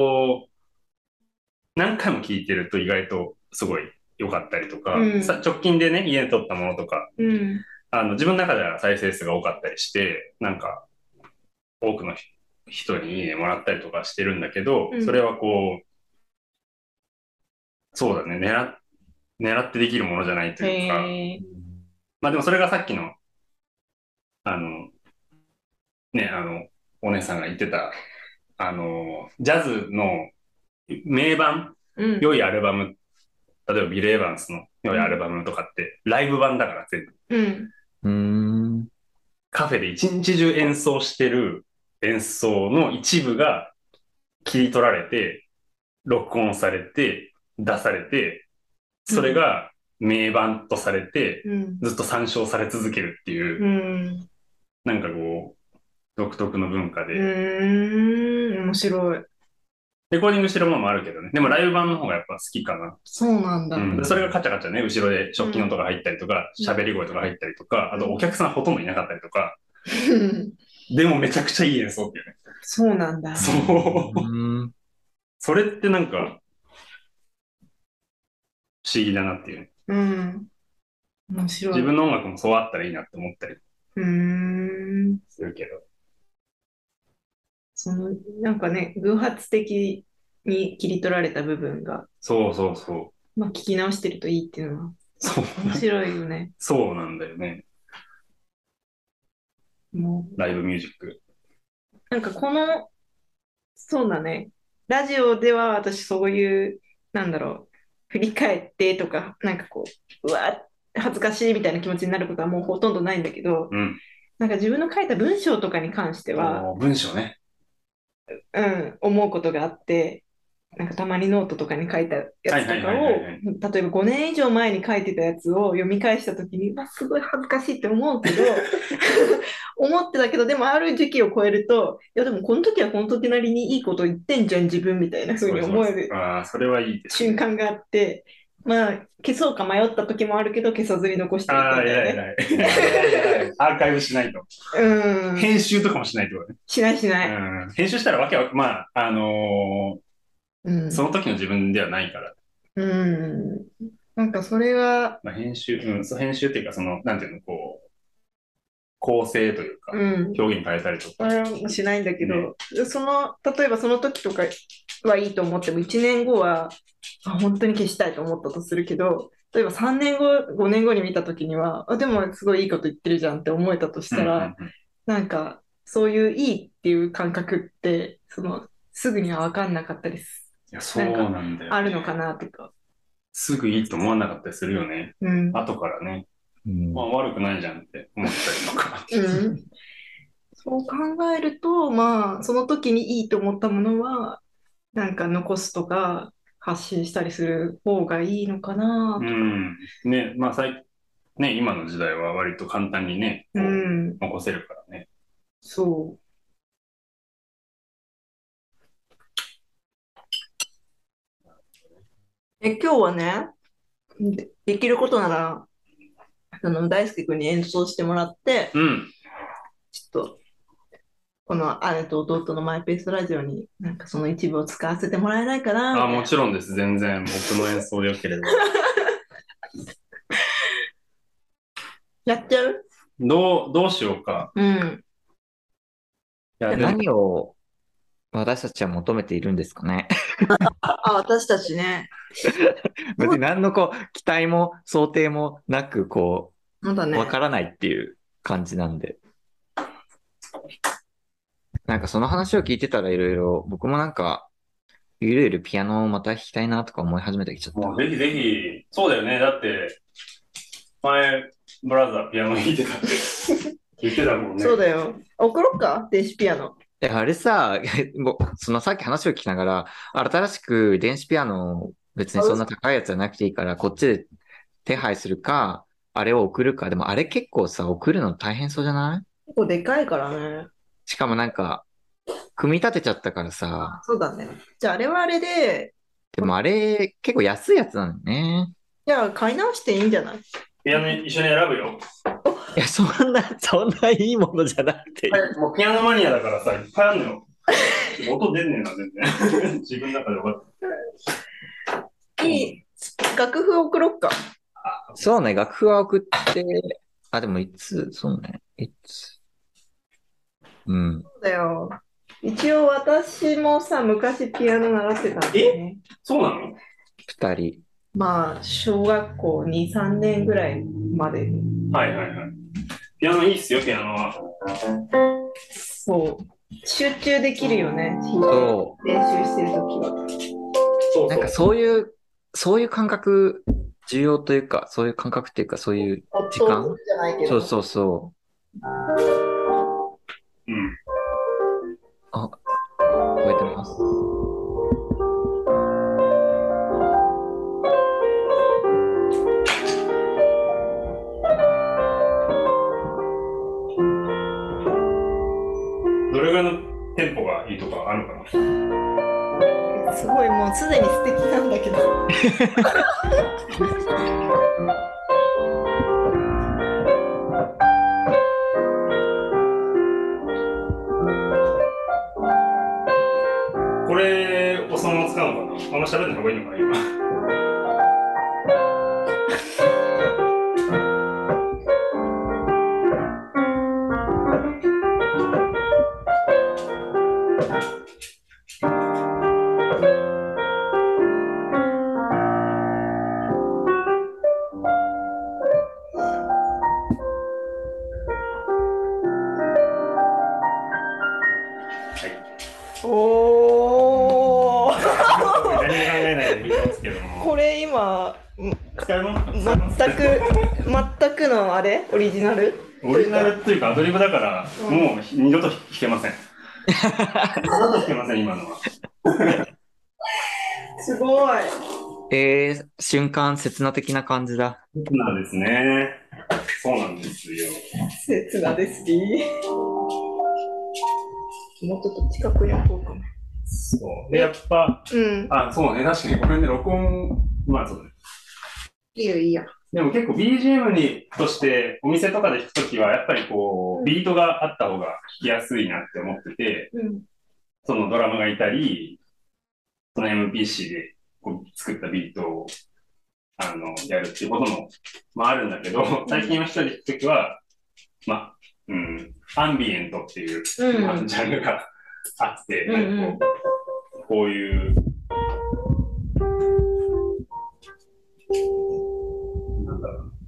何回も聞いてると意外とすごい良かったりとか、直近でね、家で撮ったものとか、自分の中では再生数が多かったりして、なんか、多くの人にいいねもらったりとかしてるんだけど、それはそうだね、狙ってできるものじゃないというか、まあでもそれがさっきの、お姉さんが言ってた、ジャズの名盤、良いアルバム、例えばビル・エヴァンスの良いアルバムとかって、ライブ版だから全部。カフェで一日中演奏してる演奏の一部が切り取られて、録音されて、出されて、それが名盤とされて、ずっと参照され続けるっていう、なんか独特の文化で。 面白い。 レコーディングしてるものもあるけどね。でもライブ版の方がやっぱ好きかな。 そうなんだ。 それがカチャカチャね、後ろで食器の音が入ったりとか、喋り声とか入ったりとか、あとお客さんほとんどいなかったりとか。でもめちゃくちゃいい演奏っていうね。 そうなんだ。 そう。それってなんか、不思議だなっていう。 面白い。 自分の音楽もそうあったらいいなって思ったりするけど。 なんかね、偶発的に切り取られた部分が。 そう。 まあ、聞き直してるといいっていうのは。面白いよね。 そうなんだよね。ライブミュージック。 なんかそうだね。ラジオでは私そういう、なんだろう、振り返ってとか、なんかうわ、恥ずかしいみたいな気持ちになることはもうほとんどないんだけど、なんか自分の書いた文章とかに関しては、 文章ね。 思うことがあって、 なんかたまにノートとかに書いたやつとかを、例えば5年以上前に書いてたやつを読み返したときに、すごい恥ずかしいって思うけど、思ってたけど、でもある時期を超えると、いやでもこの時はこの時なりにいいこと言ってんじゃん、自分みたいな風に思える瞬間があって、まあ、消そうか迷った時もあるけど、消さずに残してるんだよね。 アーカイブしないと。編集とかもしないとね。 しないしない。 編集したらわけは、まあ、その時の自分ではないから。 なんかそれが。 まあ、編集っていうか、なんていうの、こう、構成というか、表現変えたりとか。 それはしないんだけど、ね、例えばその時とかはいいと思っても、1年後は、本当に消したいと思ったとするけど、例えば3年後、5年後に見た時には、でもすごいいいこと言ってるじゃんって思えたとしたら、なんか、そういういいっていう感覚って、すぐには分かんなかったりする。いや、そうなんだよ、ね。 あるのかなとか。 すぐいいと思わなかったりするよね。後からね。まあ、悪くないじゃんって思ったりとか。 そう考えると、まあ、その時にいいと思ったものは、なんか残すとか、発信したりする方がいいのかなとか。 ね、まあね、今の時代は割と簡単にね、残せるからね。 そう。今日はね、できることなら、大輔君に演奏してもらって、ちょっと、この姉と弟のマイペースラジオになんかその一部を使わせてもらえないかな。 もちろんです。全然僕の演奏でよければ。 やっちゃう？ どうしようか。 何を私たちは求めているんですかね。 私たちね。 別に何の期待も想定もなくわからないっていう感じなんで。なんかその話を聞いてたらいろいろ、僕もなんか、ゆるゆるピアノをまた弾きたいなとか思い始めてきちゃった。 ぜひぜひ、そうだよね。だって、前、ブラザーピアノ弾いてたって言ってたもんね。 そうだよ。送ろっか、電子ピアノ。 あれさ、さっき話を聞きながら、新しく電子ピアノ、別にそんな高いやつじゃなくていいから、こっちで手配するか、あれを送るか。でもあれ結構さ、送るの大変そうじゃない？ 結構でかいからね。 しかもなんか、組み立てちゃったからさ。 そうだね。じゃああれはあれで。 でもあれ、結構安いやつなのね。 じゃあ買い直していいんじゃない？ ピアノ一緒に選ぶよ。 いや、そんないいものじゃなくて。 もうピアノマニアだからさ、いっぱいあるのよ。音出んねえな、全然。自分の中で分かった。 いい。楽譜送ろっか。 そうね、楽譜は送って、でもそうね、 そうだよ。一応私もさ、昔ピアノ習ってたんだよね。 そうなの ？2人。 まあ、小学校2、3年ぐらいまで。 はいはいはい。ピアノいいっすよ、ピアノは。 そう。集中できるよね。 そう。 練習してるときは。 なんかそういう感覚、重要というか、そういう感覚っていうか、そういう時間。そうそうそう。覚えてます。 どれぐらいのテンポがいいとかあるかな？ すごい、もうすでに素敵なんだけど。 これをそのまま使うのかな？あんま喋んない方がいいのかな、今。 これ今全くのあれオリジナルというかアドリブだから、もう二度と弾けません。二度と弾けません、今のは。 すごい。 瞬間、刹那的な感じだ。 刹那ですね。そうなんですよ。 刹那ですき。もうちょっと近くに置こうかな。 そう。で、やっぱ、そうね、確かにこれね、録音、まあそうだね。 いいよ、いいや。 でも結構 BGM としてお店とかで弾くときは、やっぱりこう、ビートがあった方が弾きやすいなって思ってて、そのドラムがいたり、その MPC でこう作ったビートを、やるっていうことも、あるんだけど、最近は一人で弾くときは、アンビエントっていう、ジャンルがあって、こういう、なんだろうな。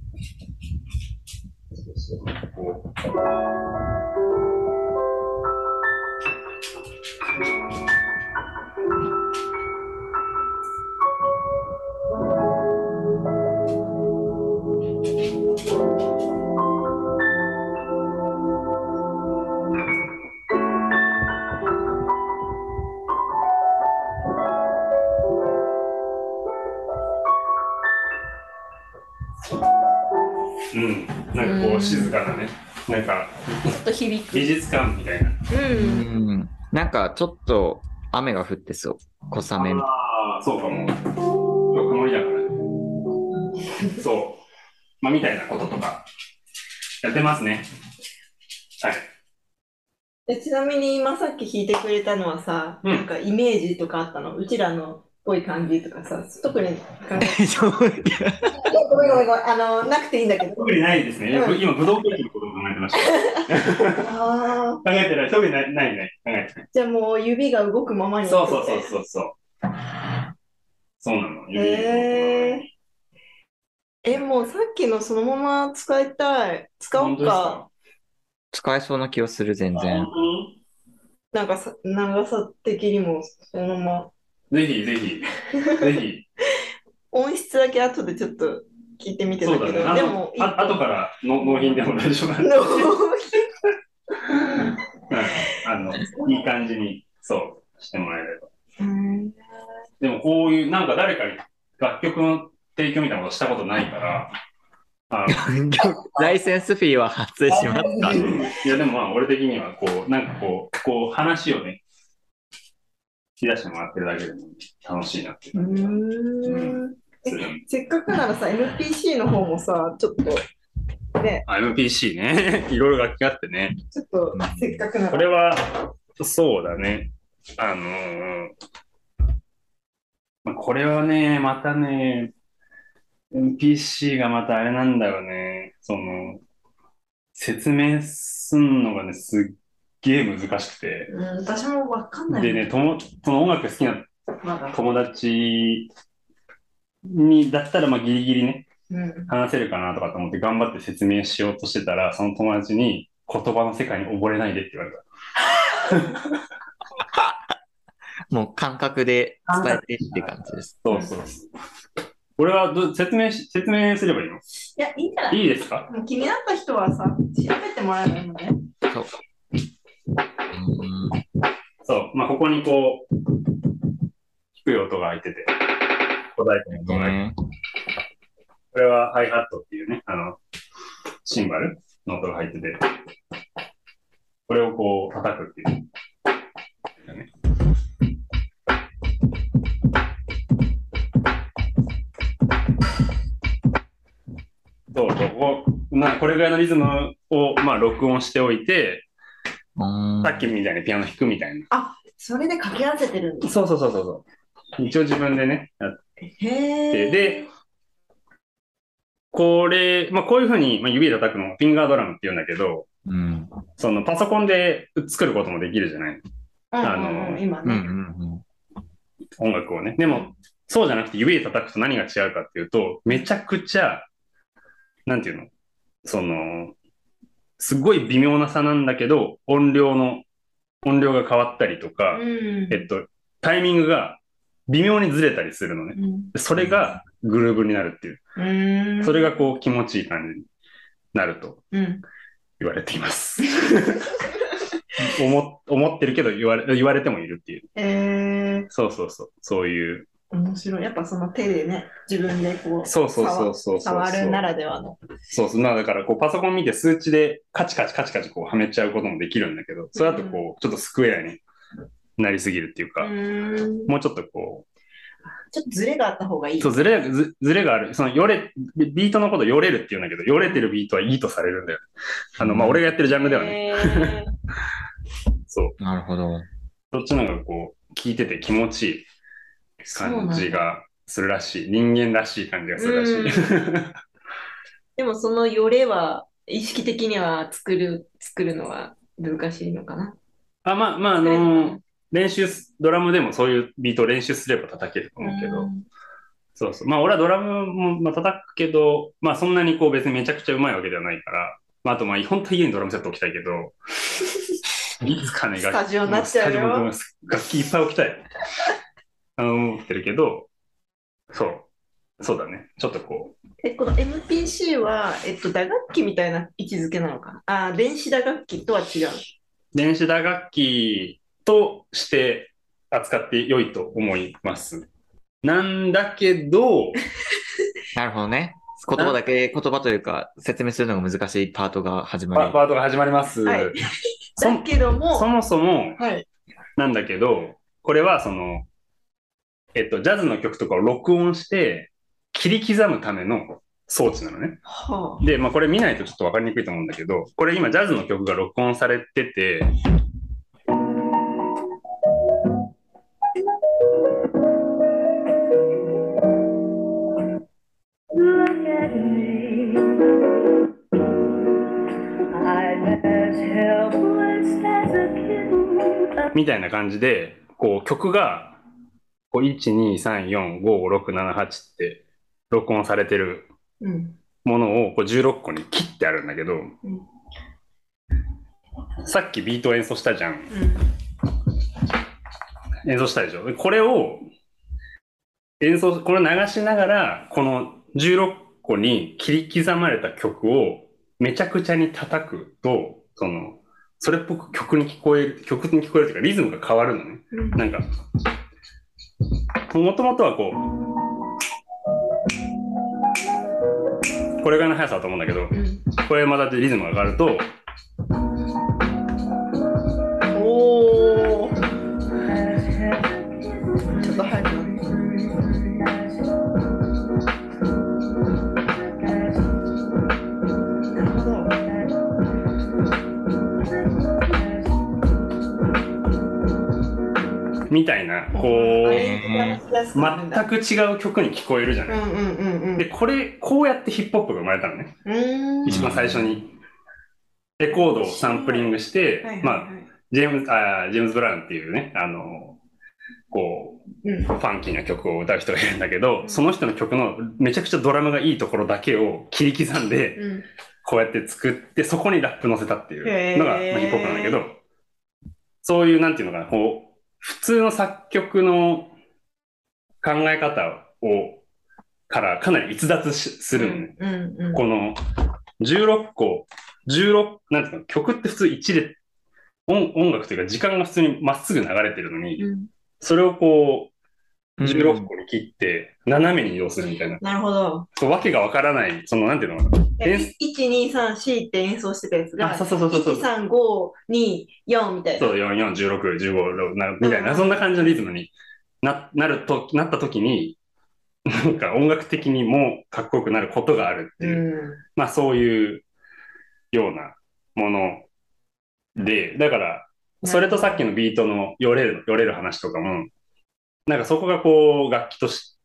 こうなんかこう静かなね、なんかちょっと響く美術館みたいな。 なんかちょっと雨が降ってそう。小雨。 ああ、そうかも。今日曇りだからね。そう。みたいなこととかやってますね。はい。 ちなみに今さっき弾いてくれたのはさ、なんかイメージとかあったの？うちらのっぽい感じとかさ、特に考えごめん。なくていいんだけど。 特にないですね。今、武道経験のことを考えてました。考えてない。特にないね。考えてない。 じゃあもう指が動くままに。 そう。そうなの。 もうさっきのそのまま使いたい。使おうか。 使えそうな気がする、全然。 なんか長さ的にもそのまま。ぜひ。 音質だけ後でちょっと聞いてみてだけど、でも後から納品でも大丈夫なんで。いい感じに、してもらえれば。でもこういう、なんか誰かに楽曲の提供みたいなことしたことないから、 ライセンスフィーは発生しますか？ いや、でも俺的には、なんかこう話をね、引き出してもらってるだけでも楽しいなっていう感じが。 せっかくならさ、MPC の方もさ、ちょっと、ね。 MPC ね。いろいろ楽器あってね。 ちょっと、せっかくなら。 これは、そうだね。これはね、またね、MPC がまたあれなんだよね。説明すんのがね、すっげえ難しくて。 私もわかんない。 でね、その音楽好きな友達だったら、ギリギリね、話せるかなとかと思って頑張って説明しようとしてたら、その友達に言葉の世界に溺れないでって言われた。 もう感覚で伝えてって感じです。 そう。これは説明すればいいの？いや、いいんじゃない？ いいですか？ 気になった人はさ、調べてもらえばいいのね。 そう。ここにこう、低い音が入ってて、小太鼓の音が入ってて、これはハイハットっていうね、シンバルの音が入ってて、これをこう叩くっていう。これぐらいのリズムを、録音しておいて、さっきみたいにピアノ弾くみたいな。 あ、それで掛け合わせてるんだ。 そう。一応自分でね、やって。で、こういうふうに、指で叩くのをフィンガードラムって言うんだけど、パソコンで作ることもできるじゃない。 今ね。 音楽をね。でも、そうじゃなくて指で叩くと何が違うかっていうと、めちゃくちゃ、なんていうの？すごい微妙な差なんだけど、音量が変わったりとか、タイミングが微妙にずれたりするのね。それがグルーブになるっていう。それがこう気持ちいい感じになると言われています。思ってるけど言われてもいるっていう。そういう面白い。やっぱその手でね、自分でこう、 そう触るならではの。 そうそう。まあだからこうパソコン見て数値でカチカチこうはめちゃうこともできるんだけど、それだとこう、ちょっとスクエアになりすぎるっていうか、もうちょっとこう、 ちょっとズレがあった方がいい。 そう、ズレがある。その、ビートのことよれるって言うんだけど、よれてるビートはいいとされるんだよ。まあ、俺がやってるジャンルではね。そう。 なるほど。 そっちの方がこう、聞いてて気持ちいい感じがするらしい。人間らしい感じがするらしい。 でもそのよれは、意識的には作るのは難しいのかな。 まあ、ドラムでもそういうビートを練習すれば叩けると思うけど、そうそう。まあ、俺はドラムもまあ叩くけど、まあ、そんなにこう別にめちゃくちゃうまいわけではないから、まあ、あとまあ、本当に家にドラムセット置きたいけど、いつかね、 スタジオになっちゃうよ。 楽器いっぱい置きたい。思ってるけど、そうだね。ちょっとこう。この MPC は、打楽器みたいな位置づけなのかな。電子打楽器とは違う。 電子打楽器として扱って良いと思います。なんだけど、 なるほどね。言葉というか、説明するのが難しいパートが始まります。 はい、だけども、 そもそも、 はい、 なんだけど、これはその、ジャズの曲とかを録音して切り刻むための装置なのね。 はあ、 で、まあこれ見ないとちょっとわかりにくいと思うんだけど、これ今ジャズの曲が録音されてて、みたいな感じで、こう曲がこう1、2、3、4、5、6、7、8って録音されてるものをこう16個に切ってあるんだけど、さっきビートを演奏したじゃん。演奏したでしょ。これをこれ流しながら、この16個に切り刻まれた曲をめちゃくちゃに叩くと、それっぽく曲に聞こえるというか、リズムが変わるのね。なんか、もともとはこう、これぐらいの速さだと思うんだけど、これまたリズムが変わると、 おー、ちょっと速くなる。 みたいな、こう、全く違う曲に聞こえるじゃない。で、こうやってヒップホップが生まれたのね。一番最初に。レコードをサンプリングして、まあ、ジェームズ・ブラウンっていうね、こう、ファンキーな曲を歌う人がいるんだけど、その人の曲のめちゃくちゃドラムがいいところだけを切り刻んで、こうやって作って、そこにラップ乗せたっていうのが、ヒップホップなんだけど、そういう、なんていうのかな、こう、普通の作曲の考え方からかなり逸脱するのね。この16個、なんていうの、曲って普通1で、音楽というか時間が普通にまっすぐ流れてるのに、それをこう、16個に切って斜めに移動するみたいな。 なるほど。 わけがわからない、なんていうのかな。 1、2、3、4って演奏してたやつが、 そう。 1、3、5、2、4みたいな。 そう、4、4、16、15、みたいな、そんな感じのリズムになった時に、なんか音楽的にもかっこよくなることがあるっていう、まあそういうようなもので、だから、それとさっきのビートのよれる話とかも、なんかそこがこう楽器として、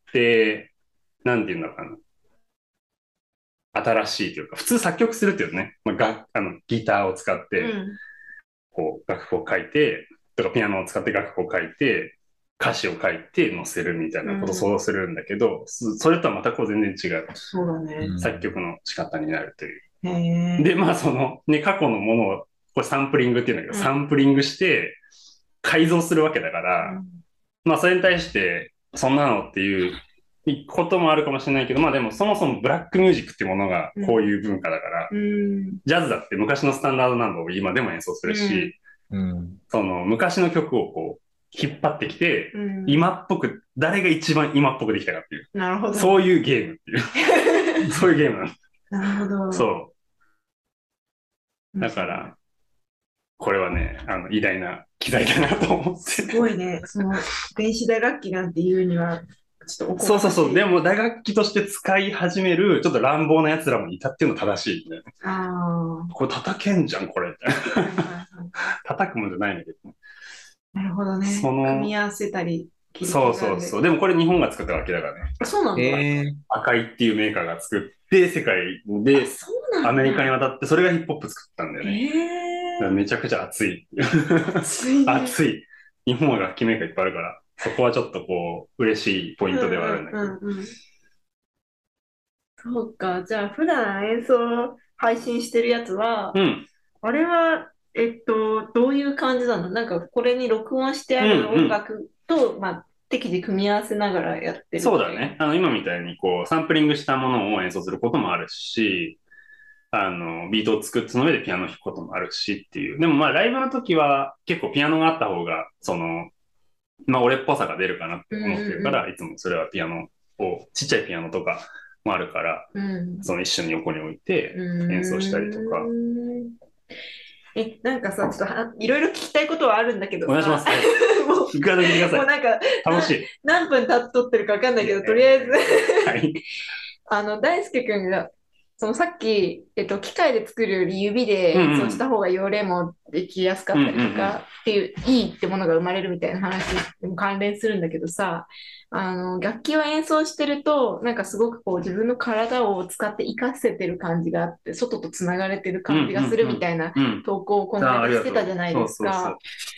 なんていうんだろうかな。新しいというか、普通作曲するっていうね、まあ、ギターを使って、こう楽譜を書いて、とかピアノを使って楽譜を書いて、歌詞を書いて載せるみたいなことを想像するんだけど、それとはまたこう全然違う。 そうだね。 作曲の仕方になるという。で、まあ過去のものを、これサンプリングっていうんだけど、サンプリングして改造するわけだから、まあそれに対して、そんなのっていうこともあるかもしれないけど、まあでもそもそもブラックミュージックっていうものがこういう文化だから、ジャズだって昔のスタンダードナンバーを今でも演奏するし、昔の曲をこう引っ張ってきて、 うん、 今っぽく、誰が一番今っぽくできたかっていう。 なるほど。 そういうゲームっていう。そういうゲームなの。 なるほど。 そう。だから、これはね、偉大な機材だなと思って。 すごいね。その、電子打楽器なんていうには、ちょっとそうそうそう。でも、打楽器として使い始める、ちょっと乱暴な奴らもいたっていうの正しい、ね。 ああ。 これ叩けんじゃん、これ。叩くもんじゃないんだけど。 なるほどね。組み合わせたり。 そうそうそう。でもこれ日本が作った楽器だからね。 そうなんだ。 赤いっていうメーカーが作って、世界でアメリカに渡って、それがヒップホップ作ったんだよね。めちゃくちゃ熱い。熱い、ね。熱い。日本は楽器メーカーいっぱいあるから、そこはちょっとこう、嬉しいポイントではあるんだけど。 そうか。じゃあ、普段演奏配信してるやつは、あれは、どういう感じなの？なんか、これに録音してある音楽と、まあ、適時組み合わせながらやってる。 そうだね。今みたいにこう、サンプリングしたものを演奏することもあるし、ビートを作って、その上でピアノを弾くこともあるしっていう。でもまあ、ライブの時は結構ピアノがあった方が、まあ、俺っぽさが出るかなって思ってるから、いつもそれはピアノを、ちっちゃいピアノとかもあるから、その一緒に横に置いて演奏したりとか。 なんかさ、ちょっといろいろ聞きたいことはあるんだけどさ。 お願いします。もう、いくらでも聞いてください。 もうなんか、 楽しい。 何分撮ってるか分かんないけど、とりあえずはい。大輔くんが、さっき、機械で作るより指で演奏した方が容量もできやすかったりとかっていう、いいってものが生まれるみたいな話にも関連するんだけどさ、楽器を演奏してると、なんかすごくこう自分の体を使って活かせてる感じがあって、外とつながれてる感じがするみたいな投稿をこの間してたじゃないですか。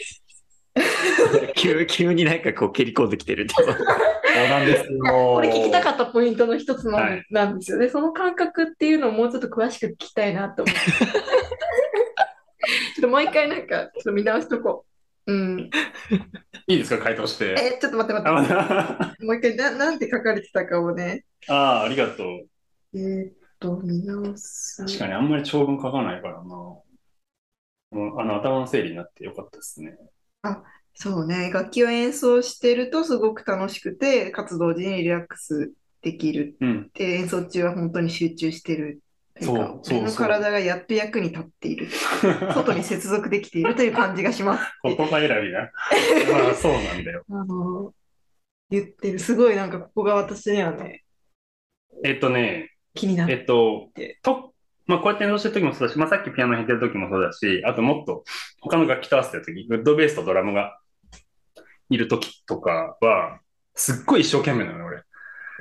急になんかこう蹴り込んできてるってこと。そうなんですよ。 これ聞きたかったポイントの一つなんですよね。その感覚っていうのをもうちょっと詳しく聞きたいなと思って。ちょっともう一回なんか、ちょっと見直しとこう。 いいですか、回答して。 ちょっと待って。もう一回なんて書かれてたかをね。 ありがとう。 見直す。 確かにあんまり長文書かないからな。もう頭の整理になってよかったですね。 そうね。楽器を演奏してるとすごく楽しくて、活動時にリラックスできる。で、演奏中は本当に集中してる。俺の体がやっと役に立っている。外に接続できているという感じがします。 言葉選びが。まあ、そうなんだよ。 言ってる。すごいなんかここが私にはね。 気になって。 まあ、こうやって演奏してる時もそうだし、まあ、さっきピアノ弾いてる時もそうだし、あともっと他の楽器と合わせてる時、ウッドベースとドラムがいる時とかは、すっごい一生懸命なのよ、俺。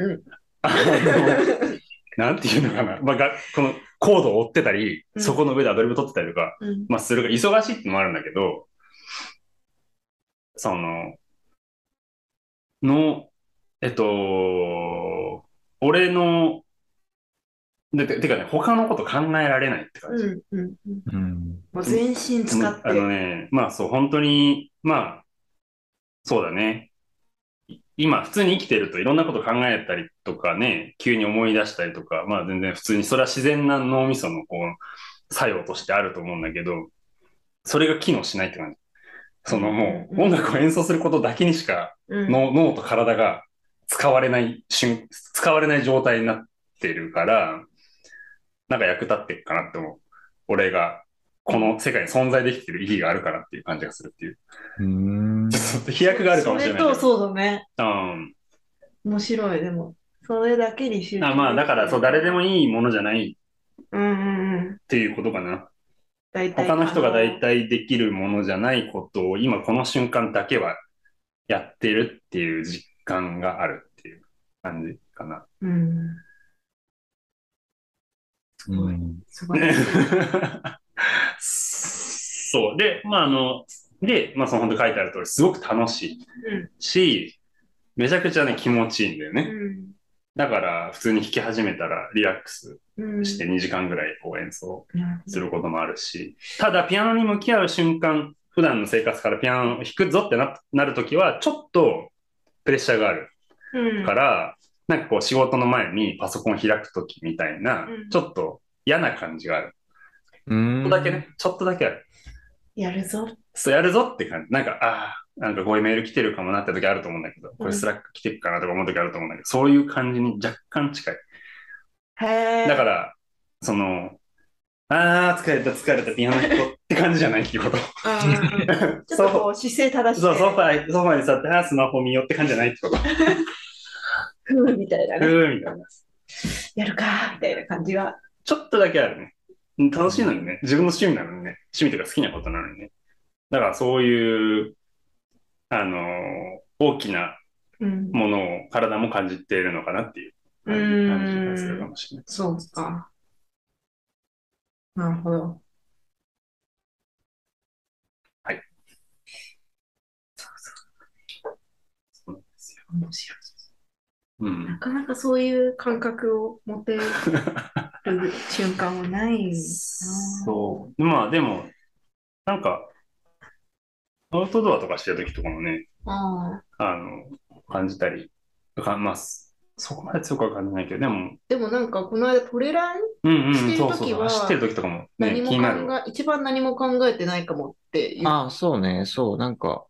なんていうのかな。まあ、このコードを追ってたり、そこの上でアドリブ取ってたりとか、まあ、するが忙しいってのもあるんだけど、俺の、てかね、他のこと考えられないって感じ。 もう全身使って。 まあそう、本当に、まあ、そうだね。今、普通に生きてるといろんなこと考えたりとかね、急に思い出したりとか、まあ全然普通に、それは自然な脳みそのこう、作用としてあると思うんだけど、それが機能しないって感じ。もう、音楽を演奏することだけにしか、脳と体が使われない状態になってるから、なんか役立ってるかなって思う。俺が、この世界に存在できてる意義があるからっていう感じがするっていう。ちょっと飛躍があるかもしれないけど。 そうだね。面白い、でも。それだけに集中。 まあ、だから、誰でもいいものじゃないっていうことかな。他の人が大体できるものじゃないことを今この瞬間だけはやってるっていう実感があるっていう感じかな。 すごい。 そう。で、まあその本当書いてある通り、すごく楽しいし、めちゃくちゃね、気持ちいいんだよね。だから、普通に弾き始めたらリラックスして2時間ぐらいこう演奏することもあるし、ただ、ピアノに向き合う瞬間、普段の生活からピアノを弾くぞってなるときは、ちょっとプレッシャーがあるから、なんかこう仕事の前にパソコン開くときみたいな、ちょっと嫌な感じがある。ちょっとだけある。 やるぞ。 そう、やるぞって感じ。なんか、 なんかこういうメール来てるかもなって時あると思うんだけど、これスラック来てるかなとか思う時あると思うんだけど、そういう感じに若干近い。だから、疲れたピアノ弾こうって感じじゃないっていうこと。ちょっとこう姿勢正しい。そう、ソファに座って、スマホ見ようって感じじゃないってこと。 ふーみたいなね。 ふーみたいな。 やるかーみたいな感じは。 ちょっとだけあるね。楽しいのにね。自分の趣味なのにね。趣味というか好きなことなのにね。だからそういう、大きなものを体も感じているのかなっていう感じがするかもしれない。 そうか。なるほど。 はい。 そうですよ。面白い。なかなかそういう感覚を持てる瞬間はないな。 そう。まあでも、なんか、アウトドアとかしてる時とかもね、感じたり、まあ、そこまで強くは感じないけど、 でもなんか、この間トレランしてる時は、 走ってる時とかも、ね、 一番何も考えてないかもっていう。 ああ、そうね、そう、なんか、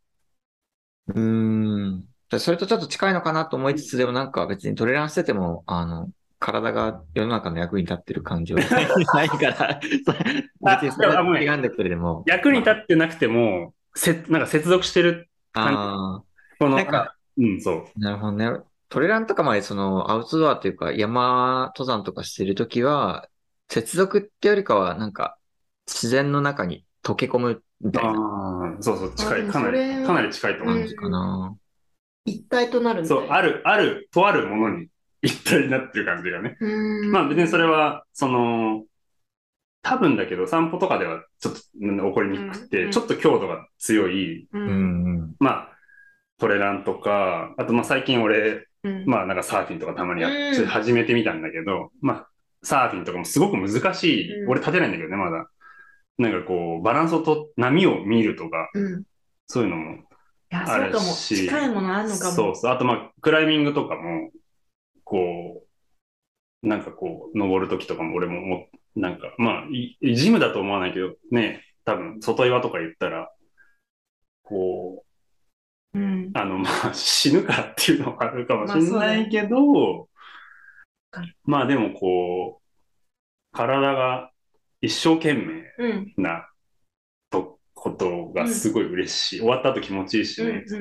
それとちょっと近いのかなと思いつつ、でもなんか別にトレランしてても、体が世の中の役に立ってる感じはないから、別にそれは違うんだけれども。 役に立ってなくても、なんか接続してる感じ。なんか、 そう。 なるほどね。トレランとかまでアウトドアというか山登山とかしてるときは、接続ってよりかはなんか自然の中に溶け込むみたいな。 そうそう、近い。かなり近いと思う。 感じかな。 一体となるそう、とあるものに一体になってる感じがね。まあ別にそれは、多分だけど散歩とかではちょっと起こりにくくて、ちょっと強度が強い、まあトレランとか、あとまあ最近俺、まあなんかサーフィンとかたまに始めてみたんだけど、まあサーフィンとかもすごく難しい。俺立てないんだけどね、まだ。なんかこう、バランスを波を見るとか、そういうのもあるし。 近いものあるのかも。 そうそう。あとまあ、クライミングとかも、こう、なんかこう、登るときとかも俺もなんか、まあ、ジムだと思わないけど、ね、多分、外岩とか言ったら、こう、まあ、死ぬからっていうのがあるかもしれないけど、まあでもこう、体が一生懸命なことがすごい嬉しい。終わった後気持ちいいしね。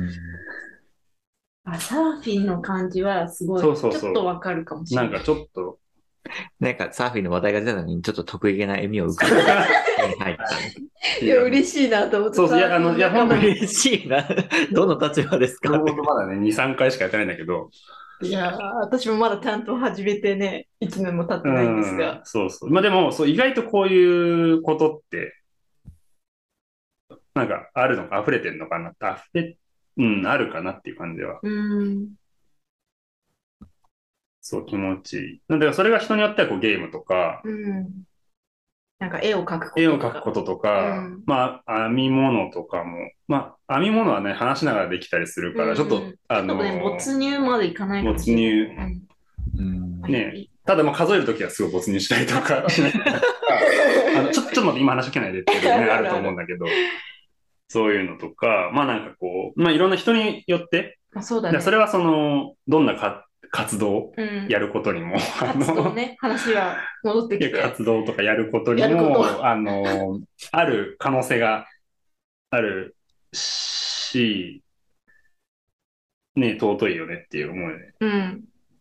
サーフィンの感じはすごい、ちょっとわかるかもしれない。 なんかちょっと。 なんかサーフィンの話題が出たのに、ちょっと得意げな笑みを浮かべて入った。 いや、嬉しいなと思って。 そうそう、いや、 本当に嬉しいな。どの立場ですか？ まだね、2、3回しかやってないんだけど。 いや私もまだちゃんと始めてね、1年も経ってないんですが。 そうそう。まあでも、意外とこういうことって、なんかあるのか、溢れてるのかなって、あるかなっていう感じは。そう、気持ちいい。だからそれが人によってはこうゲームとか、 なんか絵を描くこととか、まあ、編み物とかも、まあ、編み物はね、話しながらできたりするから、ちょっと、 没入までいかないかもしれない。ね、ただ、まあ、数えるときはすごい没入したりとかしないちょっと待って、今話しかけないでっていうのね、あると思うんだけど、そういうのとか、まあなんかこう、まあいろんな人によって、 そうだね。 それはどんな活動やることにも、 活動ね、話は戻ってきて。 活動とかやることにも、ある可能性があるし、ね、尊いよねっていう思いで。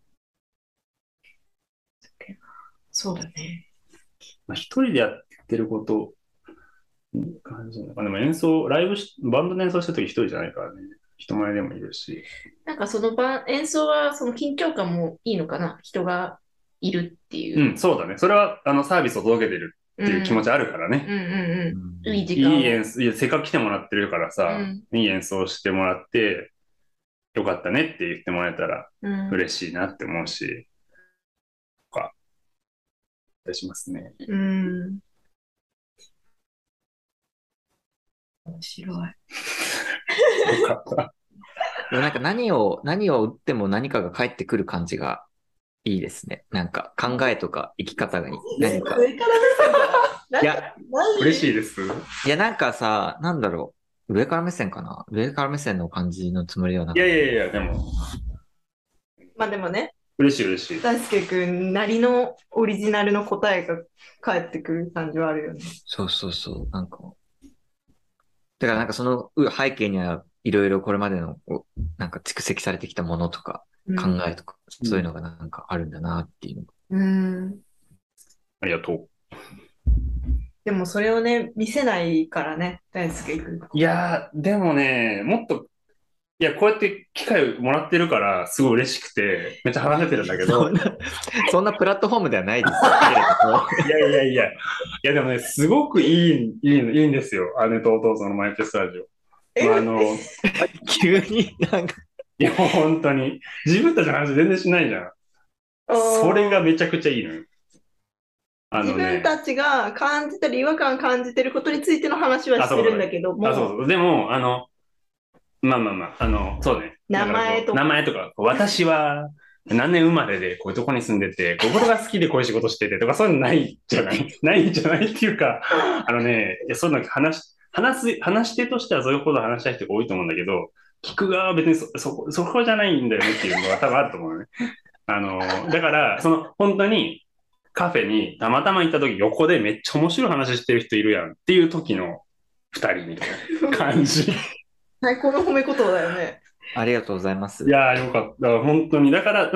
そうだね。 まあ、一人でやってること、感じなのか。でもバンドで演奏した時一人じゃないからね。人前でもいるし。 なんか演奏はその緊張感もいいのかな、人がいるっていう。 そうだね。それはサービスを届けてるっていう気持ちあるからね。 いい時間。 せっかく来てもらってるからさ、いい演奏してもらって、よかったねって言ってもらえたら嬉しいなって思うし、とか、いたしますね。 面白い。 よかった。 なんか何を打っても何かが返ってくる感じがいいですね。なんか考えとか生き方に何か。 いや、嬉しいです。 いや、なんかさ、なんだろう。 上から目線かな、上から目線の感じのつもりではなくて。 いや、でも。 まあでもね。 嬉しい。 大輔くんなりのオリジナルの答えが返ってくる感じはあるよね。 そう。なんか。だからなんかその背景にはいろいろこれまでのなんか蓄積されてきたものとか考えとか、そういうのがなんかあるんだなっていうの。 ありがとう。 でもそれをね、見せないからね、大輔くん。 いやー、でもね、もっと、いや、こうやって機会をもらってるから、すごい嬉しくて、めっちゃ話せてるんだけど。 そんなプラットフォームではないですよ。いや、でもね、すごくいいんですよ。姉と弟のマイペースラジオ。 急になんか。 いや、本当に。自分たちの話全然しないじゃん。それがめちゃくちゃいいのよ。 自分たちが感じてる、違和感感じてることについての話はしてるんだけども。 そう。でも、そうね。 名前とか、私は何年生まれでこういうとこに住んでて、こういうことが好きでこういう仕事しててとか、そういうのないじゃない。ないんじゃないっていうか、そういうの話し手としてはそういうことを話したい人が多いと思うんだけど、聞く側は別にそこじゃないんだよねっていうのが多分あると思うね。だから、本当にカフェにたまたま行った時、横でめっちゃ面白い話してる人いるやんっていう時の二人みたいな感じ。 最高の褒め言葉だよね。 ありがとうございます。 いやー、よかった。本当に。だから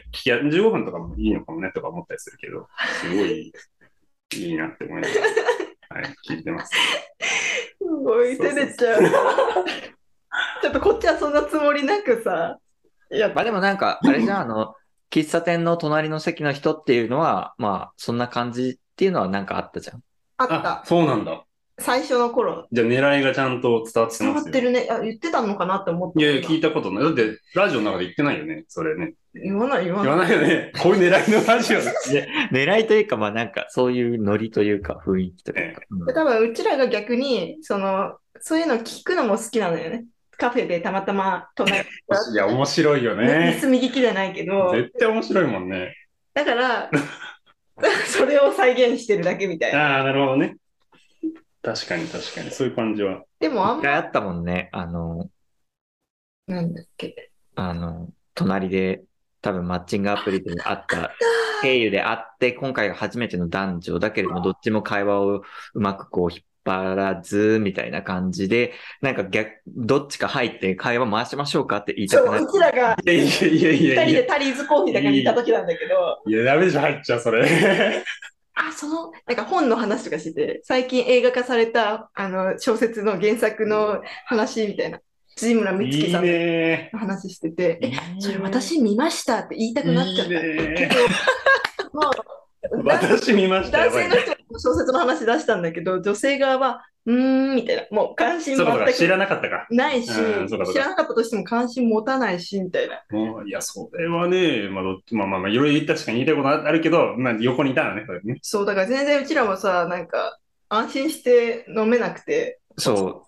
15分とかもいいのかもねとか思ったりするけど、すごいいいなって思いながら、はい、聞いてます。 すごい、照れちゃう。ちょっとこっちはそんなつもりなくさ。 まあでもなんか、あれじゃん、喫茶店の隣の席の人っていうのは、まあ、そんな感じっていうのはなんかあったじゃん。 あった。 そうなんだ。 最初の頃。 じゃあ狙いがちゃんと伝わってますよ。 伝わってるね。言ってたのかなって思った。 いや、聞いたことない。だって、ラジオの中で言ってないよね、それね。 言わないよね。こういう狙いのラジオだ。 狙いというか、まあなんか、そういうノリというか、雰囲気というか。 多分、うちらが逆に、そういうの聞くのも好きなのよね。カフェでたまたま隣。 いや、面白いよね。 盗み聞きじゃないけど。 絶対面白いもんね。 だから、それを再現してるだけみたいな。 ああ、なるほどね。確かに、そういう感じは。 でも一回あったもんね。 なんだっけ。 隣で、多分マッチングアプリであった、経由であって、今回が初めての男女だけれども、どっちも会話をうまくこう引っ張らず、みたいな感じで、なんかどっちか入って会話回しましょうかって言いたくなって。 うちらが、 いや二人でタリーズコーヒーだけに行った時なんだけど。 いや、ダメでしょ、入っちゃう、それ。 なんか本の話とかしてて、最近映画化された、小説の原作の話みたいな。辻村美月さんの話してて、それ私見ましたって言いたくなっちゃった。けど、もう、 私見ました。 男性の人も小説の話出したんだけど、女性側は、みたいな、もう関心全く知らなかったか。 ないし、知らなかったとしても関心持たないし、みたいな。 いや、それはね、いろいろ確かに言いたいことあるけど、横にいたらね。 そう、だから全然うちらもさ、なんか、安心して飲めなくて。 そう。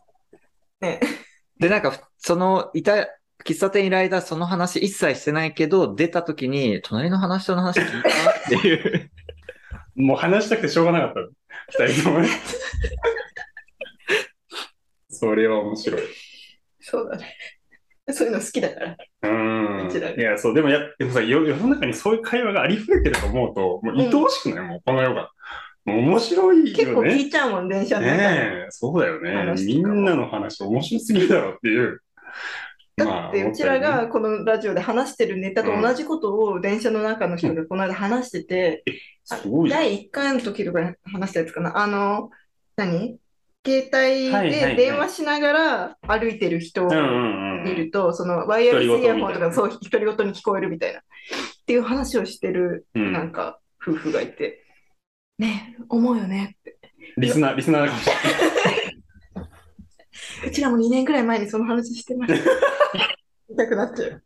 ね。 で、なんか、喫茶店いる間、その話一切してないけど、出た時に、隣の話との話聞いたっていう。 もう話したくてしょうがなかった。二人ともね。それは面白い。 そうだね。そういうの好きだから。 いや、そう、でもさ、世の中にそういう会話がありふれてると思うと、もう愛おしくない、もうこの世が。面白いよね。 結構聞いちゃうもん、電車の中で。 ねえ、そうだよね。みんなの話面白すぎるだろうっていう。 だって、うちらがこのラジオで話してるネタと同じことを電車の中の人がこの間話してて、第1回の時とか話したやつかな。携帯で電話しながら歩いてる人を見ると、ワイヤレスイヤホンとか、そう、独り言に聞こえるみたいな。っていう話をしてる、なんか、夫婦がいて、ねえ、思うよねって。 リスナーかもしれない。 うちらも2年くらい前にその話してました。痛くなっちゃう。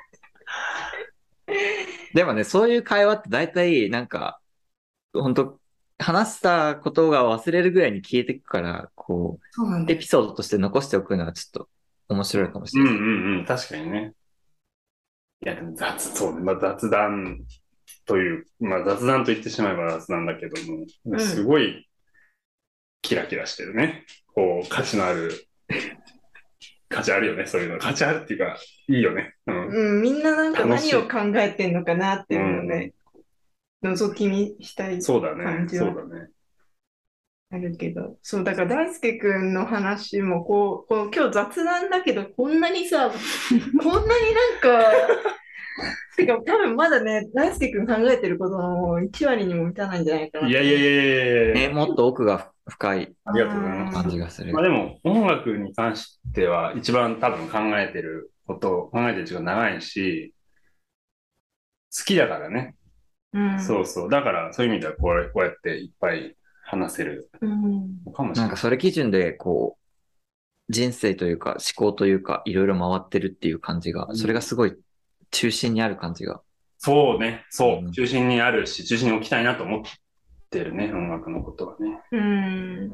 でもね、そういう会話って大体、なんか、本当話したことが忘れるぐらいに消えていくから、こう、エピソードとして残しておくのはちょっと面白いかもしれない。 確かにね。いや、でも雑談という、雑談と言ってしまえば雑談だけども、すごいキラキラしてるね。こう、価値のある価値あるよね、そういうの。価値あるっていうか、いいよね。 みんななんか何を考えてんのかなっていうのをね、覗き見したい感じはあるけど。そう、だから大輔くんの話も今日雑談だけど、こんなにさ、こんなになんか、てか多分まだね、大輔くん考えてることの1割にも満たないんじゃないかな。 いや。 もっと奥が深い感じがする。まあでも、音楽に関しては一番多分考えてる時間長いし、好きだからね。そうそう。だからそういう意味ではこうやっていっぱい話せるのかもしれない。 なんかそれ基準でこう、人生というか思考というかいろいろ回ってるっていう感じが、それがすごい中心にある感じが。 そうね。そう。中心にあるし、中心に置きたいなと思ってるね。音楽のことはね。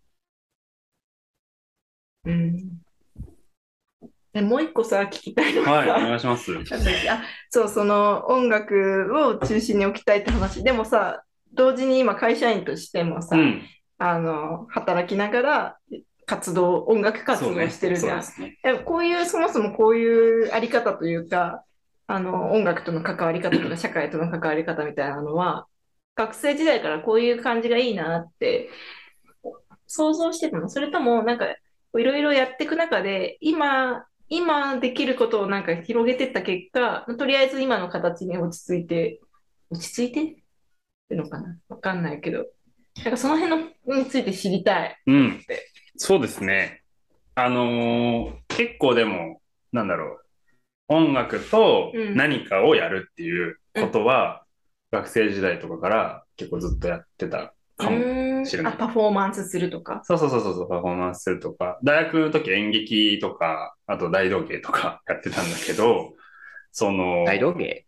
もう一個さ、聞きたいのが、 はい、お願いします。 そう、その音楽を中心に置きたいって話。でもさ、同時に今会社員としてもさ、働きながら音楽活動してるじゃん。そもそもこういうあり方というか、音楽との関わり方とか社会との関わり方みたいなのは、学生時代からこういう感じがいいなって想像してたの？それともなんかいろいろやっていく中で今できることをなんか広げていった結果、とりあえず今の形に落ち着いてるのかな、わかんないけど、なんかその辺について知りたい。 そうですね。結構でも、なんだろう。音楽と何かをやるっていうことは、学生時代とかから結構ずっとやってたかもしれない。 パフォーマンスするとか。 そう、パフォーマンスするとか。大学の時演劇とか、あと大道芸とかやってたんだけど、 大道芸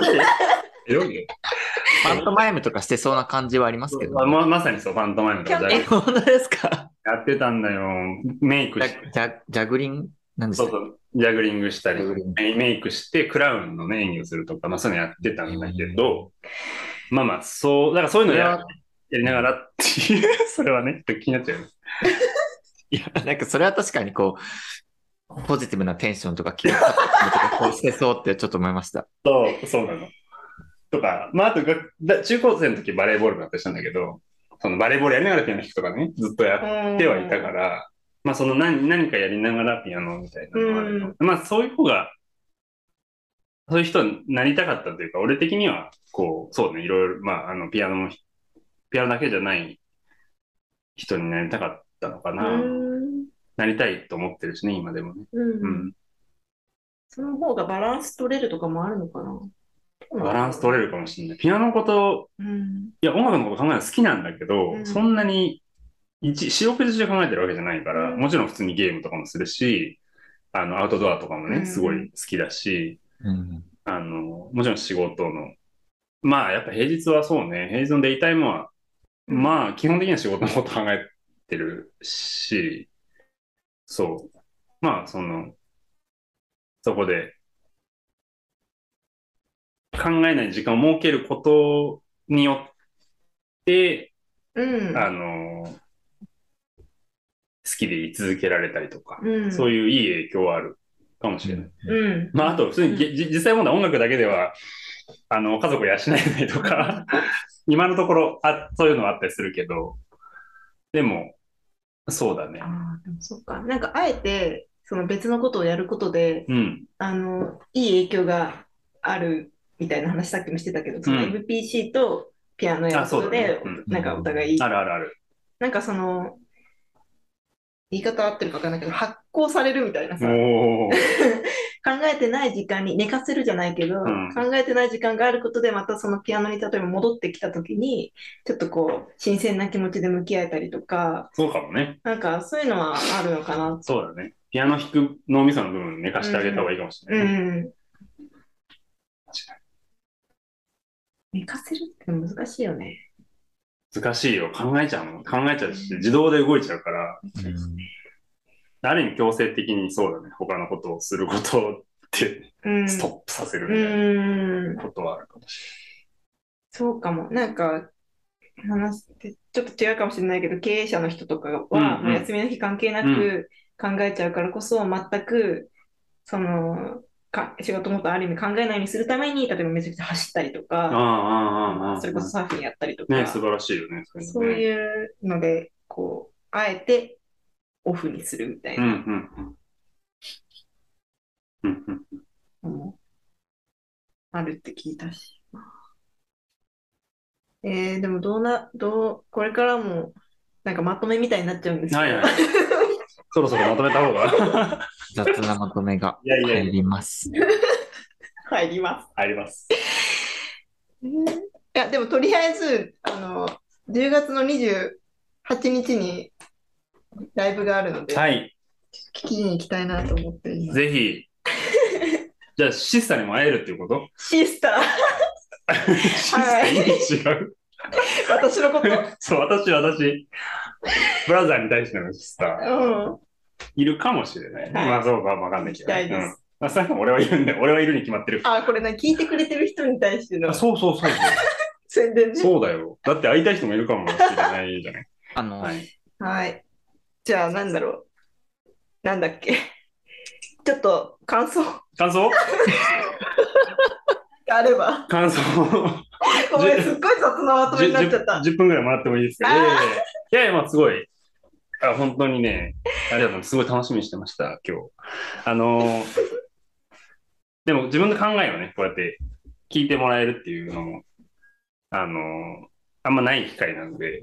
パントマイムとかしてそうな感じはありますけど、 ね。まさにそう、パントマイムとか。 本当ですか？ やってたんだよ。メイクして。 ジャグリングなんですか？ そう、ジャグリングしたり、メイクしてクラウンのね、演技をするとか、まあそういうのやってたんだけど、だからそういうのやりながらっていう、それはね、ちょっと気になっちゃう。 いや、なんかそれは確かにこう、ポジティブなテンションとか、気をしてそうってちょっと思いました。 そうなの。とか、まああと中高生の時バレーボールだったりしたんだけど、そのバレーボールやりながらピアノ弾くとかね、ずっとやってはいたから、まあその何かやりながらピアノみたいなのがあると。まあそういう人になりたかったというか、俺的には、そうね、いろいろ、まあピアノだけじゃない人になりたかったのかな。なりたいと思ってるしね、今でもね。 その方がバランス取れるとかもあるのかな。 バランス取れるかもしれない。ピアノのこと、いや、音楽のこと考えるの好きなんだけど、そんなに四六時中考えてるわけじゃないから、もちろん普通にゲームとかもするし、アウトドアとかもね、すごい好きだし、もちろん仕事の、まあやっぱ平日はそうね、平日のデイタイムは、まあ基本的には仕事のこと考えてるし、そう。まあそこで考えない時間を設けることによって、好きでい続けられたりとか、そういういい影響はあるかもしれない。まああと普通に実際問題音楽だけでは、家族を養えないとか、今のところそういうのはあったりするけど、でも、そうだね。 でもそっか。なんかあえて、その別のことをやることで、いい影響があるみたいな話さっきもしてたけど、その MPC とピアノやることで、なんかお互い、 ある。 なんか言い方合ってるか分かんないけど、発酵されるみたいなさ、考えてない時間に寝かせるじゃないけど、考えてない時間があることで、またそのピアノに例えば戻ってきたときに、ちょっと新鮮な気持ちで向き合えたりとか、 そうかもね。 なんかそういうのはあるのかな。 そうだね。ピアノ弾く脳みその部分寝かしてあげた方がいいかもしれないね。 寝かせるって難しいよね。 難しいよ。考えちゃうし、自動で動いちゃうから、ある意味強制的にそうだね。他のことをすることってストップさせるみたいなことはあるかもしれない。 そうかも。なんか、話してちょっと違うかもしれないけど、経営者の人とかは、もう休みの日関係なく、 考えちゃうからこそ、全く、仕事もっとある意味考えないようにするために、例えばめちゃくちゃ走ったりとか、それこそサーフィンやったりとか、 ね、素晴らしいよね。 そういうので、こう、あえてオフにするみたいな。あるって聞いたし。でもこれからも、なんかまとめみたいになっちゃうんですけど。 そろそろまとめた方が。 雑なまとめが入ります。 入ります。いや、でもとりあえず、10月の28日にライブがあるので、聞きに行きたいなと思っています。 ぜひ。じゃあ、シスターにも会えるっていうこと？ シスターシスター、意味違う。 私のこと？ そう、私。ブラザーに対してのシスター。いるかもしれない。まあ、そうか、わかんないけど。俺はいるんで、俺はいるに決まってる。 これ聞いてくれてる人に対しての。 そう。 宣伝ね。 そうだよ。だって会いたい人もいるかもしれないじゃない。 はい。じゃあ、なんだろう。なんだっけ。ちょっと、感想あれば。 感想ごめん、すっごい雑なまとめになっちゃった。 10分ぐらいもらってもいいですか？いや、まあ、すごい。本当にね、ありがとうございます。すごい楽しみにしてました、今日。でも自分の考えをね、こうやって聞いてもらえるっていうのも、あんまない機会なので、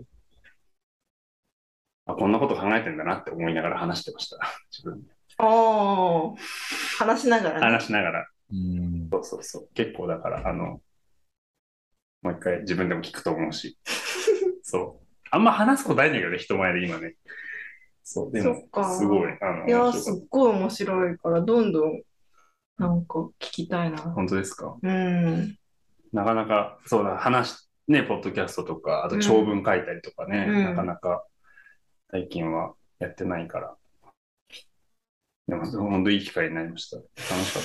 こんなこと考えてんだなって思いながら話してました、自分で。 話しながらね。 話しながら。そう。結構だから、もう一回自分でも聞くと思うし。そう。あんま話すことないんだけどね、人前で今ね。そう、でも、すごい。 いや、すっごい面白いから、どんどん、なんか聞きたいな。 本当ですか？なかなか、そうだ、ね、ポッドキャストとか、あと長文書いたりとかね、なかなか最近はやってないから。でも、本当いい機会になりました。楽しかったです。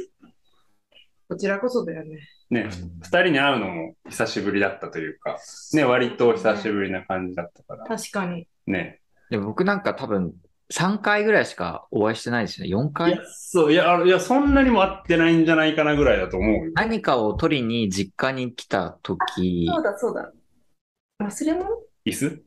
こちらこそだよね。 ね、2人に会うのも久しぶりだったというか、ね、割と久しぶりな感じだったから。 確かに。 ね。 で僕なんか多分3回ぐらいしかお会いしてないですよね。4回？ いや、そんなにも会ってないんじゃないかなぐらいだと思うよ。 何かを取りに実家に来た時。 そうだ。忘れ物？ 椅子？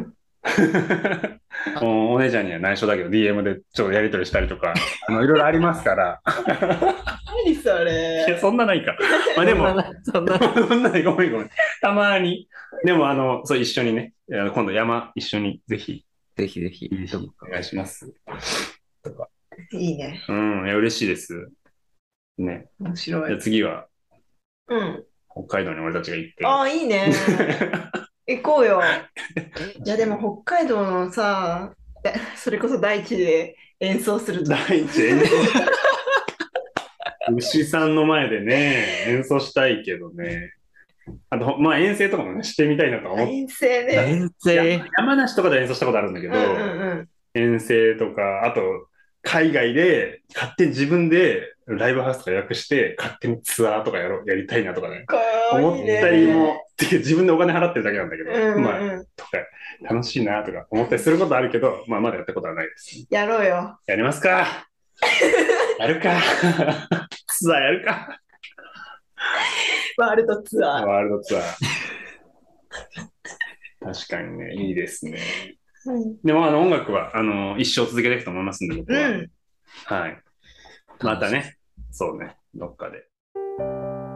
うん。 お姉ちゃんには内緒だけど DM でちょっとやり取りしたりとかいろいろありますから何それ？ いやそんなないか。まあでもそんなない。ごめん。たまにでもそう一緒にね、今度山一緒にぜひお願いしますとか。 いいね。 いや嬉しいですね。 面白い。 じゃあ次は北海道に俺たちが行って。 いいね。行こうよ。いやでも北海道のさ、それこそ大地で演奏すると。 大地演奏牛さんの前でね、演奏したいけどね。あと、まあ遠征とかもね、してみたいなと思って。 遠征ね。 遠征。 山梨とかで演奏したことあるんだけど、遠征とか、あと、海外で勝手に自分でライブハウスとか予約して勝手にツアーとかやりたいなとかね。思ったりも、自分でお金払ってるだけなんだけど、まあ、とか、楽しいなとか思ったりすることあるけど、まあまだやったことはないです。 やろうよ。 やりますか。やるか。ツアーやるか。 ワールドツアー。 確かにね、いいですね。でも音楽は一生続けていくと思いますんで、僕は。はい。またね、そうね、どっかで。